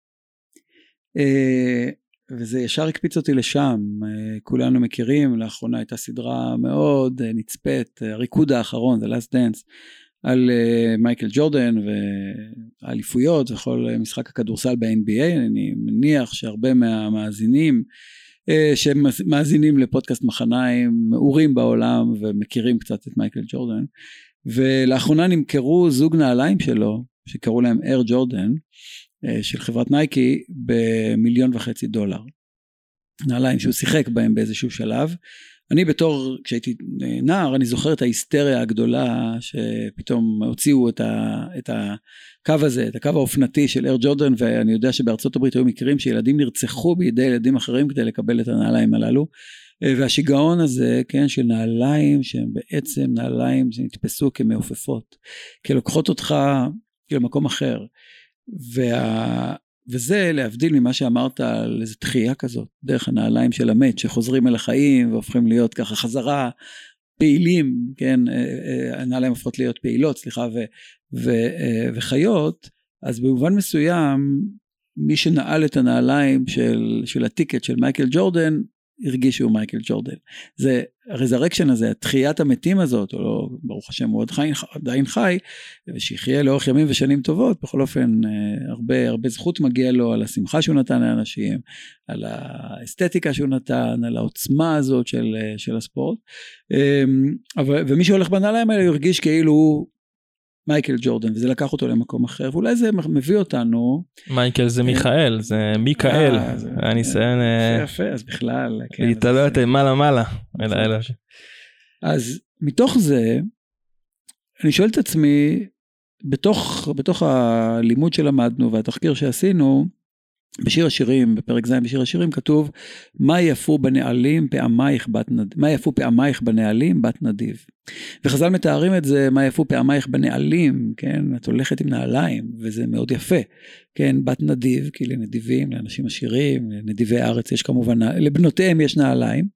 B: וזה ישר הקפיץ אותי לשם, כולנו מכירים, לאחרונה הייתה סדרה מאוד נצפית, הריקוד האחרון, The Last Dance, על מייקל ג'ורדן והאליפויות וכל משחק הכדורסל ב-NBA, אני מניח שהרבה מהמאזינים שמאזינים לפודקאסט מחניים מעורים בעולם ומכירים קצת את מייקל ג'ורדן, ולאחרונה נמכרו זוג נעליים שלו, שקראו להם אייר ג'ורדן, של חברת נייקי, $1.5 מיליון. נעליים שהוא שיחק בהם באיזשהו שלב, אני בתור, כשהייתי נער, אני זוכר את ההיסטריה הגדולה, שפתאום הוציאו את הקו הזה, את הקו האופנתי של אייר ג'ורדן, ואני יודע שבארצות הברית היו מקרים שילדים נרצחו בידי ילדים אחרים, כדי לקבל את הנעליים הללו, והשיגעון הזה, כן, של נעליים, שהם בעצם נעליים שנתפסו כמעופפות, כלוקחות אותך למקום אחר, וזה להבדיל ממה שאמרת על איזו תחייה כזאת, דרך הנעליים של המת שחוזרים אל החיים והופכים להיות ככה חזרה פעילים, כן, הנעליים הופכות להיות פעילות, סליחה, וחיות, אז במובן מסוים מי שנעל את הנעליים של הטיקט של מייקל ג'ורדן, הרגישו מייקל ג'ורדן. זה הרזרקשן הזה, תחיית המתים הזאת, או לא, ברוך השם הוא עדיין חי, ושיחיה לאורך ימים ושנים טובות, בכל אופן הרבה זכות מגיע לו על השמחה שהוא נתן לאנשים, על האסתטיקה שהוא נתן, על העוצמה הזאת של הספורט, ומי שהולך בנעליים האלה ירגיש כאילו הוא מייקל ג'ורדן, וזה לקח אותו למקום אחר, ואולי זה מביא אותנו.
C: מייקל זה מיכאל, זה מיקאל, אני אסיים.
B: יפה, אז בכלל.
C: להתעלות מעלה.
B: אז מתוך זה, אני שואל את עצמי, בתוך הלימוד שלמדנו, והתחקיר שעשינו, בשיר השירים, בפרק ז' בשיר השירים, כתוב, מה יפו פעמייך בנעלים בת נדיב. וחז"ל מתארים את זה, מה יפו פעמייך בנעלים, כן, את הולכת עם נעליים, וזה מאוד יפה, כן, בת נדיב, כי לנדיבים, לאנשים עשירים, לנדיבי הארץ, יש כמובן, לבנותיהם יש נעליים,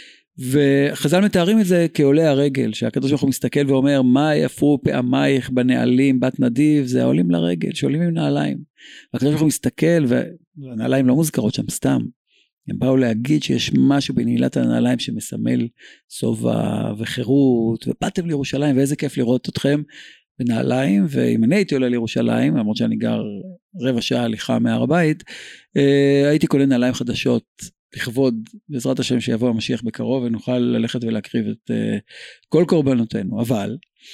B: וחז"ל מתארים את זה כעולי הרגל, שהקדוש ברוך הוא מסתכל ואומר, מה יפו פעמייך בנעלים בת נדיב, זה העולים לרגל, שעולים עם נעליים, והקדוש ברוך הוא מסתכל, והנעליים לא מוזכרות שם סתם, הם באו להגיד שיש משהו בנעילת הנעליים שמסמל סובה וחירות, ובאתם לירושלים, ואיזה כיף לראות אתכם בנעליים, ואם אני הייתי עולה לירושלים, למרות שאני גר רבע שעה הליכה מהר הבית, הייתי קונה נעליים חדשות, לכבוד בעזרת השם שיבוא המשיח בקרוב, ונוכל ללכת ולהקריב את כל קורבנותינו, אבל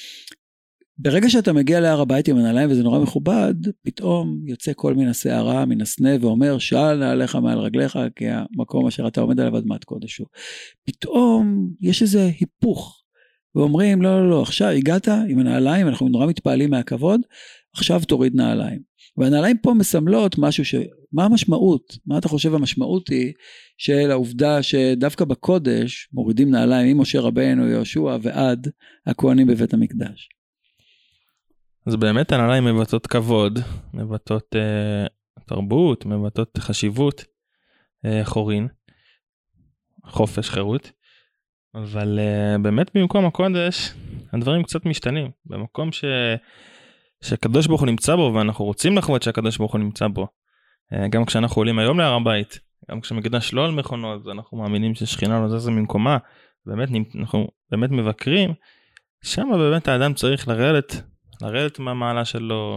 B: ברגע שאתה מגיע להר הבית עם הנעליים וזה נורא מכובד, פתאום יוצא כל מן השערה, מן הסנה, ואומר, שאל נעליך מעל רגליך, כי המקום אשר אתה עומד עליו אדמת קודש הוא. פתאום יש איזה היפוך, ואומרים, לא, עכשיו הגעת עם הנעליים, אנחנו נורא מתפעלים מהכבוד, עכשיו תוריד נעליים. והנעליים פה מסמלות משהו מה המשמעות? מה אתה חושב המשמעות היא של העובדה שדווקא בקודש מורידים נעליים ממשה רבנו יהושע ועד הכהנים בבית המקדש?
C: אז באמת הנעליים מבטאות כבוד, מבטאות תרבות, מבטאות חשיבות, חורין, חופש, חירות, אבל באמת במקום הקודש הדברים קצת משתנים, במקום שהקדוש ברוך הוא נמצא בו, ואנחנו רוצים לחוות שהקדוש ברוך הוא נמצא בו, גם כשאנחנו עולים היום להר הבית, גם כשמקדש לא על מכונות, אנחנו מאמינים ששכינה לא זזה ממקומה, באמת אנחנו באמת מבקרים, שם באמת האדם צריך לרדת מהמעלה שלו,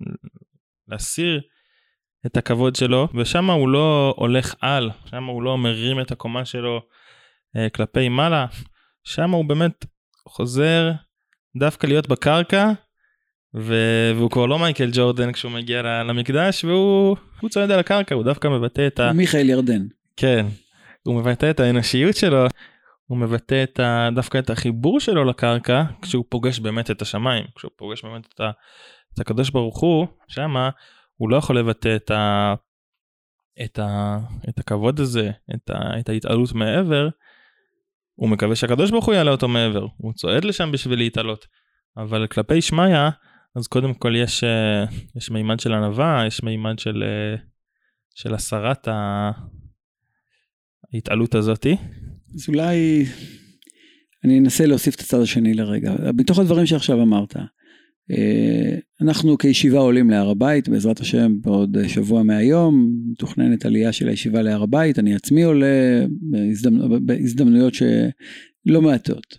C: להסיר את הכבוד שלו, ושם הוא לא הולך על, שם הוא לא מרים את הקומה שלו כלפי מעלה, שם הוא באמת חוזר דווקא להיות בקרקע, והוא כבר לא מייקל ג'ורדן כשהוא מגיע למקדש, והוא צועד על הקרקע, הוא דווקא מבטא את
B: מיכאל ירדן. כן,
C: הוא מבטא את האנושיות שלו, הוא מבטא דווקא את החיבור שלו לקרקע, כשהוא פוגש באמת את השמיים, כשהוא פוגש באמת את הקדוש ברוך הוא, שמה הוא לא יכול לבטא את הכבוד הזה, את ההתעלות מעבר, הוא מקווה שהקדוש ברוך הוא יעלה אותו מעבר, הוא צועד לשם בשביל להתעלות, אבל כלפי שמיה, אז קודם כל יש מימד של ענווה, יש מימד של הסרת ההתעלות הזאת.
B: אז אולי אני אנסה להוסיף את הצד השני לרגע, בתוך הדברים שעכשיו אמרת, אנחנו כישיבה עולים להר הבית, בעזרת השם בעוד שבוע מהיום, מתוכננת עלייה של הישיבה להר הבית, אני עצמי עולה בהזדמנויות שלא מעטות.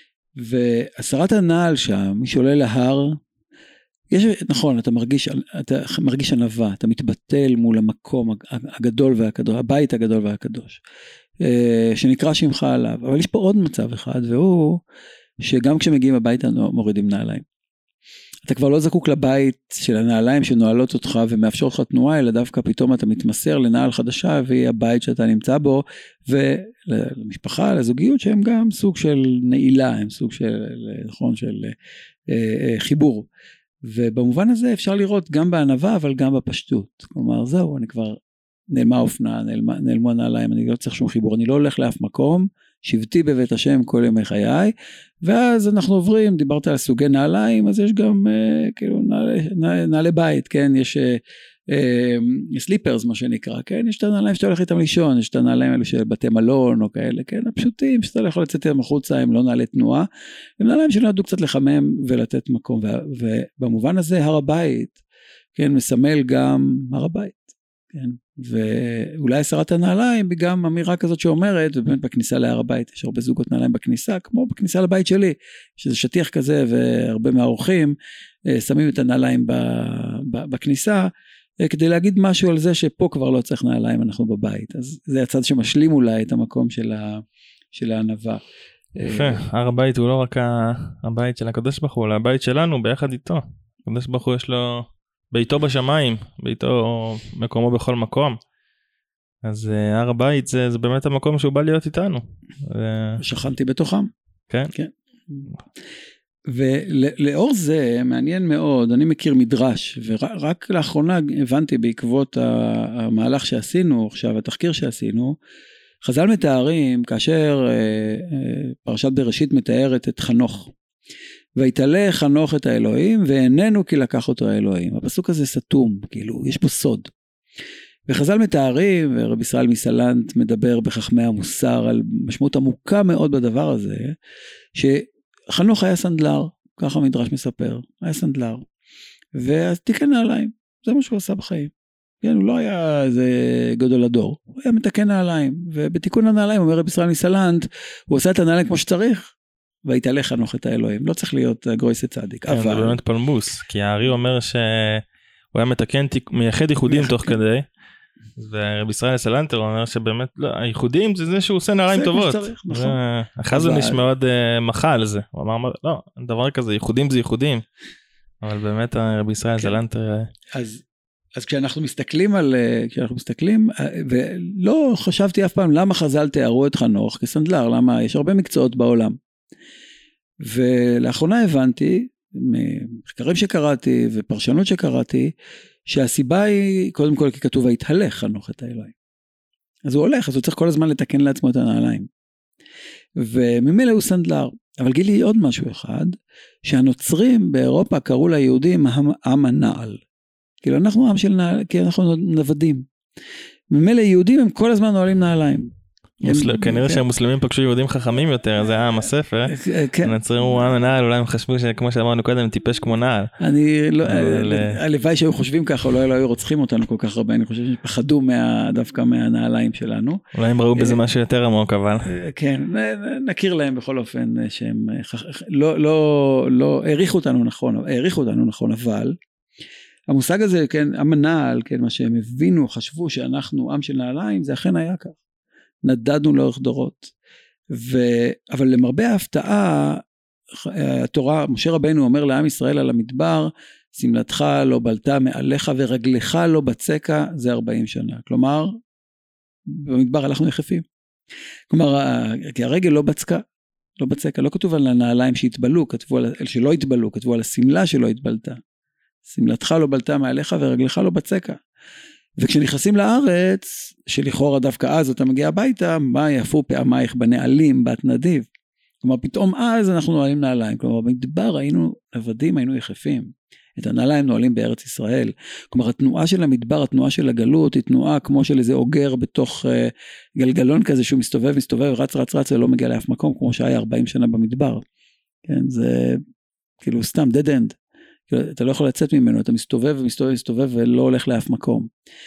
B: והסרת הנעל שם, מי שעולה להר, נכון, אתה מרגיש ענווה, אתה מתבטל מול המקום הגדול והקדוש, הבית הגדול והקדוש, שנקרא שמך עליו, אבל יש פה עוד מצב אחד, והוא שגם כשמגיעים הביתה מורידים נעליים. אתה כבר לא זקוק לבית של הנעליים שנועלות אותך ומאפשר לך תנועה, אלא דווקא פתאום אתה מתמסר לנעל חדשה, והיא הבית שאתה נמצא בו, ולמשפחה, לזוגיות, שהם גם סוג של נעילה, הם סוג של, נכון, של חיבור. ובמובן הזה אפשר לראות גם בענווה, אבל גם בפשטות. כלומר, זהו, אני כבר נעלמה אופנה, נעלמו הנעליים, אני לא צריך שום חיבור, אני לא הולך לאף מקום, שבתי בבית השם כל ימי חיי, ואז אנחנו עוברים, דיברת על סוגי נעליים, אז יש גם כאילו נעלי בית, כן, יש סליפרס מה שנקרא, כן, יש את הנעליים שאתה הולך איתם לישון, יש את הנעליים האלו של בתי מלון או כאלה, כן, הפשוטים שאתה יכול לצאת איתם החוצה, הם לא נעלי תנועה, הם נעליים שנועדו קצת לחמם ולתת מקום, ובמובן הזה הר הבית, כן, מסמל גם הר הבית, כן, ואולי הסרת הנעליים היא גם אמירה כזאת שאומרת, ובאמת בכניסה להר הבית יש הרבה זוגות נעליים בכניסה, כמו בכניסה לבית שלי, שזה שטיח כזה, והרבה מהאורחים שמים את הנעליים בכניסה, כדי להגיד משהו על זה שפה כבר לא צריך נעליים, אנחנו בבית, אז זה הצד שמשלים אולי את המקום של הענווה.
C: יפה, הר הבית הוא לא רק הבית של הקדוש ברוך הוא, אלא הבית שלנו ביחד איתו, הקדוש ברוך הוא יש לו ביתו בשמיים, ביתו מקומו בכל מקום, אז הר הבית זה באמת המקום שהוא בא להיות איתנו.
B: שכנתי בתוכם.
C: כן.
B: כן. ולאור זה מעניין מאוד, אני מכיר מדרש, ורק לאחרונה הבנתי בעקבות המהלך שעשינו, עכשיו התחקיר שעשינו, חז"ל מתארים כאשר פרשת בראשית מתארת את חנוך, ויתעלה חנוך את האלוהים, ואיננו כי לקח אותו האלוהים. הפסוק הזה סתום, כאילו, יש פה סוד. וחז"ל מתארים, ורב ישראל מסלנט מדבר בחכמי המוסר, על משמעות עמוקה מאוד בדבר הזה, שחנוך היה סנדלר, ככה המדרש מספר, היה סנדלר, ואז תיקן נעליים, זה מה שהוא עשה בחיים. כן, הוא לא היה איזה גדול הדור, הוא היה מתקן נעליים, ובתיקון הנעליים, אומר רב ישראל מסלנט, הוא עושה את הנעליים כמו שצריך, ויתעלה חנוך את האלוהים, לא צריך להיות גרויסה צדיק.
C: כן, זה באמת פלמוס, כי הארי אומר שהוא היה מתקן, מייחד ייחודים תוך כדי, ורב ישראל סלנטר אומר שבאמת, הייחודים זה שהוא עושה נעליים טובות. החזון איש מאוד מחה על זה, הוא אמר, לא, דבר כזה, ייחודים זה ייחודים, אבל באמת רב ישראל סלנטר...
B: אז כשאנחנו מסתכלים, ולא חשבתי אף פעם למה חז"ל תיארו את חנוך כסנדלר, למה יש הרבה מקצועות בעולם. ולאחרונה הבנתי, מחקרים שקראתי ופרשנות שקראתי, שהסיבה היא קודם כל כי כתוב ויתהלך חנוך את האלוהים. אז הוא הולך, אז הוא צריך כל הזמן לתקן לעצמו את הנעליים. וממילא הוא סנדלר. אבל גילי עוד משהו אחד, שהנוצרים באירופה קראו ליהודים עם הנעל. כאילו אנחנו עם של נעל, כי אנחנו נוודים. ממילא יהודים הם כל הזמן נועלים נעליים.
C: כנראה שהמוסלמים פגשו יהודים חכמים יותר, זה היה עם הספר. הנוצרים הוא עם הנעל, אולי הם חשבו שכמו שאמרנו קודם, טיפש כמו נעל.
B: הלוואי שהיו חושבים ככה, אולי לא היו רוצחים אותנו כל כך הרבה, אני חושב שפחדו דווקא מהנעליים שלנו.
C: אולי הם ראו בזה משהו יותר עמוק, אבל. כן,
B: נכיר להם בכל אופן, שהם לא העריכו אותנו נכון, אבל המושג הזה, כן, עם הנעל, כן, מה שהם הבינו, חשבו שאנחנו עם של נעליים, זה אכן היה כך. נדדנו לאורך דורות, אבל למרבה ההפתעה, התורה, משה רבנו אומר לעם ישראל על המדבר, סמלתך לא בלטה מעליך ורגלך לא בצקה, זה 40 שנה. כלומר, במדבר הלכנו יחפים. כלומר, כי הרגל לא בצקה, לא כתוב על הנעליים שהתבלו, שלא התבלו, כתבו על הסמלה שלא התבלתה. סמלתך לא בלטה מעליך ורגלך לא בצקה. וכשנכנסים לארץ, שלכאורה דווקא אז אתה מגיע הביתה, מה יפו פעמייך בנעלים, בת נדיב. כלומר, פתאום אז אנחנו נועלים נעליים. כלומר, במדבר היינו עבדים, היינו יחפים. את הנעליים נועלים בארץ ישראל. כלומר, התנועה של המדבר, התנועה של הגלות, היא תנועה כמו של איזה אוגר בתוך גלגלון כזה, שהוא מסתובב, רץ, ולא מגיע לאף מקום, כמו שהיה 40 שנה במדבר. כן, זה כאילו סתם, dead end. אתה לא יכול לצאת ממנו, אתה מסתובב, ולא הולך לאף מקום.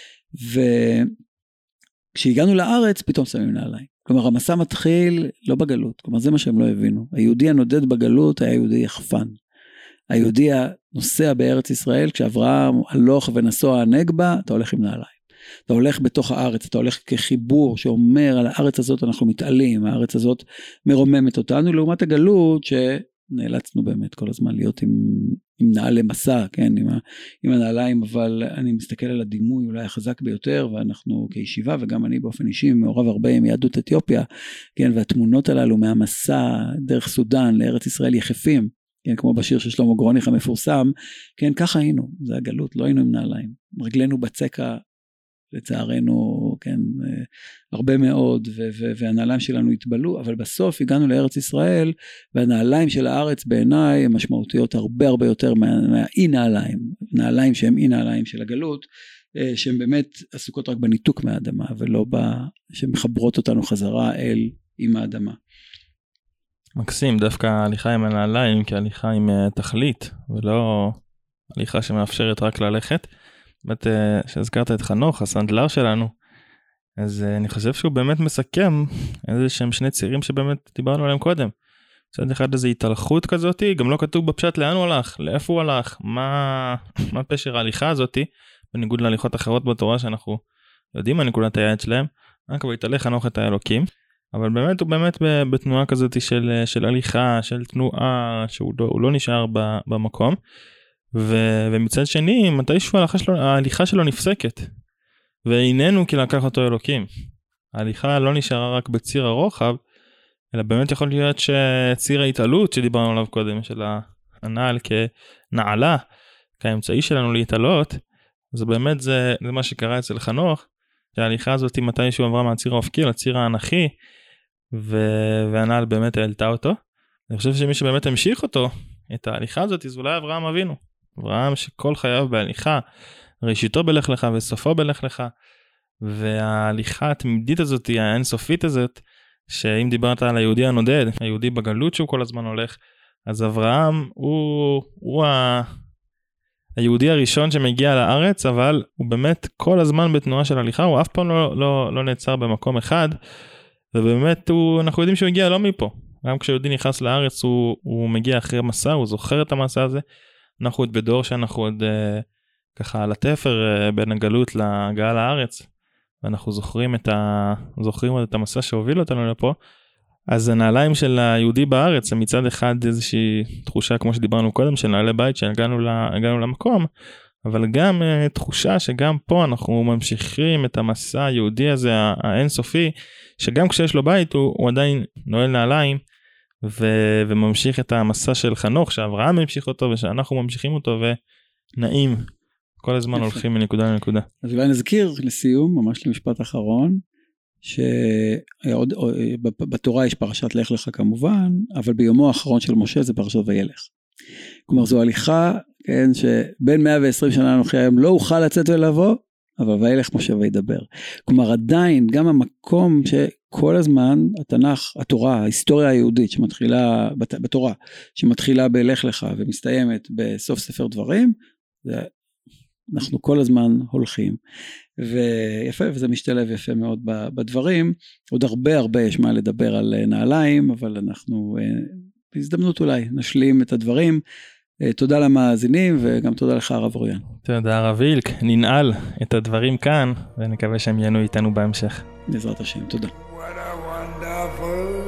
B: וכשהגענו לארץ, פתאום שמים נעליים. כלומר, המסע מתחיל לא בגלות, כלומר, זה מה שהם לא הבינו. היהודי הנודד בגלות היה יהודי יחפן. היהודי הנוסע בארץ ישראל, כשאברהם הלוך ונסוע הנגבה, אתה הולך עם נעליים. אתה הולך בתוך הארץ, אתה הולך כחיבור שאומר, על הארץ הזאת אנחנו מתעלים, הארץ הזאת מרוממת אותנו, לעומת הגלות שנאלצנו באמת כל הזמן להיות עם נעלי מסע, כן, עם הנעליים, אבל אני מסתכל על הדימוי אולי החזק ביותר, ואנחנו כישיבה, וגם אני באופן אישי, מעורב הרבה עם יהדות אתיופיה, כן, והתמונות הללו מהמסע דרך סודן לארץ ישראל יחפים, כן, כמו בשיר של שלמה גרוניך המפורסם, כן, ככה היינו, זה הגלות, לא היינו עם נעליים, רגלינו בצקה, לצערנו, כן, הרבה מאוד, והנעליים שלנו התבלו, אבל בסוף הגענו לארץ ישראל, והנעליים של הארץ בעיניי, הן משמעותיות הרבה הרבה יותר מהאי נעליים, נעליים שהן אי נעליים של הגלות, שהן באמת עסוקות רק בניתוק מהאדמה, ולא שמחברות אותנו חזרה אל עם האדמה.
C: מקסים, דווקא הליכה עם הנעליים כהליכה עם תכלית, ולא הליכה שמאפשרת רק ללכת. באמת, שהזכרת את חנוך, הסנדלר שלנו, אז אני חושב שהוא באמת מסכם איזה שהם שני צירים שבאמת דיברנו עליהם קודם. מצד אחד איזו התהלכות כזאת, גם לא כתוב בפשט לאן הוא הלך, לאיפה הוא הלך, מה פשר ההליכה הזאת, בניגוד להליכות אחרות בתורה שאנחנו יודעים מה נקודת היעד שלהם, רק בהתהלך חנוך את האלוקים. אבל באמת הוא באמת בתנועה כזאת של הליכה, של תנועה, שהוא לא נשאר במקום. ומצד שני, מתישהו ההליכה שלו נפסקת. ואיננו כי לקח אותו אלוקים. ההליכה לא נשארה רק בציר הרוחב, אלא באמת יכול להיות שציר ההתעלות שדיברנו עליו קודם, של הנעל כנעלה, כאמצעי שלנו להתעלות, אז באמת זה מה שקרה אצל חנוך, שההליכה הזאת מתישהו עברה מהציר האופקי לציר האנכי, והנעל באמת העלתה אותו. אני חושב שמי שבאמת המשיך אותו, את ההליכה הזאת, זה אולי אברהם אבינו. אברהם שכל חייו בהליכה, ראשיתו בלך לך וסופו בלך לך, וההליכה התמידית הזאת, האינסופית הזאת, שאם דיברת על היהודי הנודד, היהודי בגלות שהוא כל הזמן הולך, אז אברהם הוא היהודי הראשון שמגיע לארץ, אבל הוא באמת כל הזמן בתנועה של הליכה, הוא אף פעם לא נעצר במקום אחד, ובאמת אנחנו יודעים שהוא הגיע לא מפה. גם כשיהודי נכנס לארץ הוא מגיע אחרי מסע, הוא זוכר את המסע הזה. אנחנו עוד בדור שאנחנו עוד ככה על התפר בין הגלות להגעה לארץ, ואנחנו זוכרים את המסע שהוביל אותנו לפה. אז הנעליים של היהודי בארץ הם מצד אחד איזושהי תחושה כמו שדיברנו קודם של נעלי בית שהגענו למקום, אבל גם תחושה שגם פה אנחנו ממשיכים את המסע היהודי הזה האינסופי, שגם כשיש לו בית הוא עדיין נועל נעליים וממשיך את המסע של חנוך, שאברהם ממשיך אותו ושאנחנו ממשיכים אותו, ונעים כל הזמן הולכים מנקודה לנקודה.
B: אז אולי נזכיר לסיום, ממש למשפט אחרון, שבתורה יש פרשת לך לך כמובן, אבל ביומו האחרון של משה זה פרשת וילך. כלומר זו הליכה, כן, שבין 120 שנה אנוכי היום לא אוכל לצאת ולבוא, אבל וילך משה וידבר. כלומר עדיין גם המקום שכל הזמן התנ"ך, התורה, ההיסטוריה היהודית שמתחילה בתורה, שמתחילה בלך לך ומסתיימת בסוף ספר דברים, אנחנו כל הזמן הולכים. ויפה, וזה משתלב יפה מאוד בדברים. עוד הרבה יש מה לדבר על נעליים, אבל אנחנו בהזדמנות אולי נשלים את הדברים. תודה למאזינים וגם תודה לך הרב אוריין.
C: תודה הרב וילק, ננעל את הדברים כאן ונקווה שהם ייהנו איתנו בהמשך.
B: בעזרת השם, תודה.
A: What a wonderful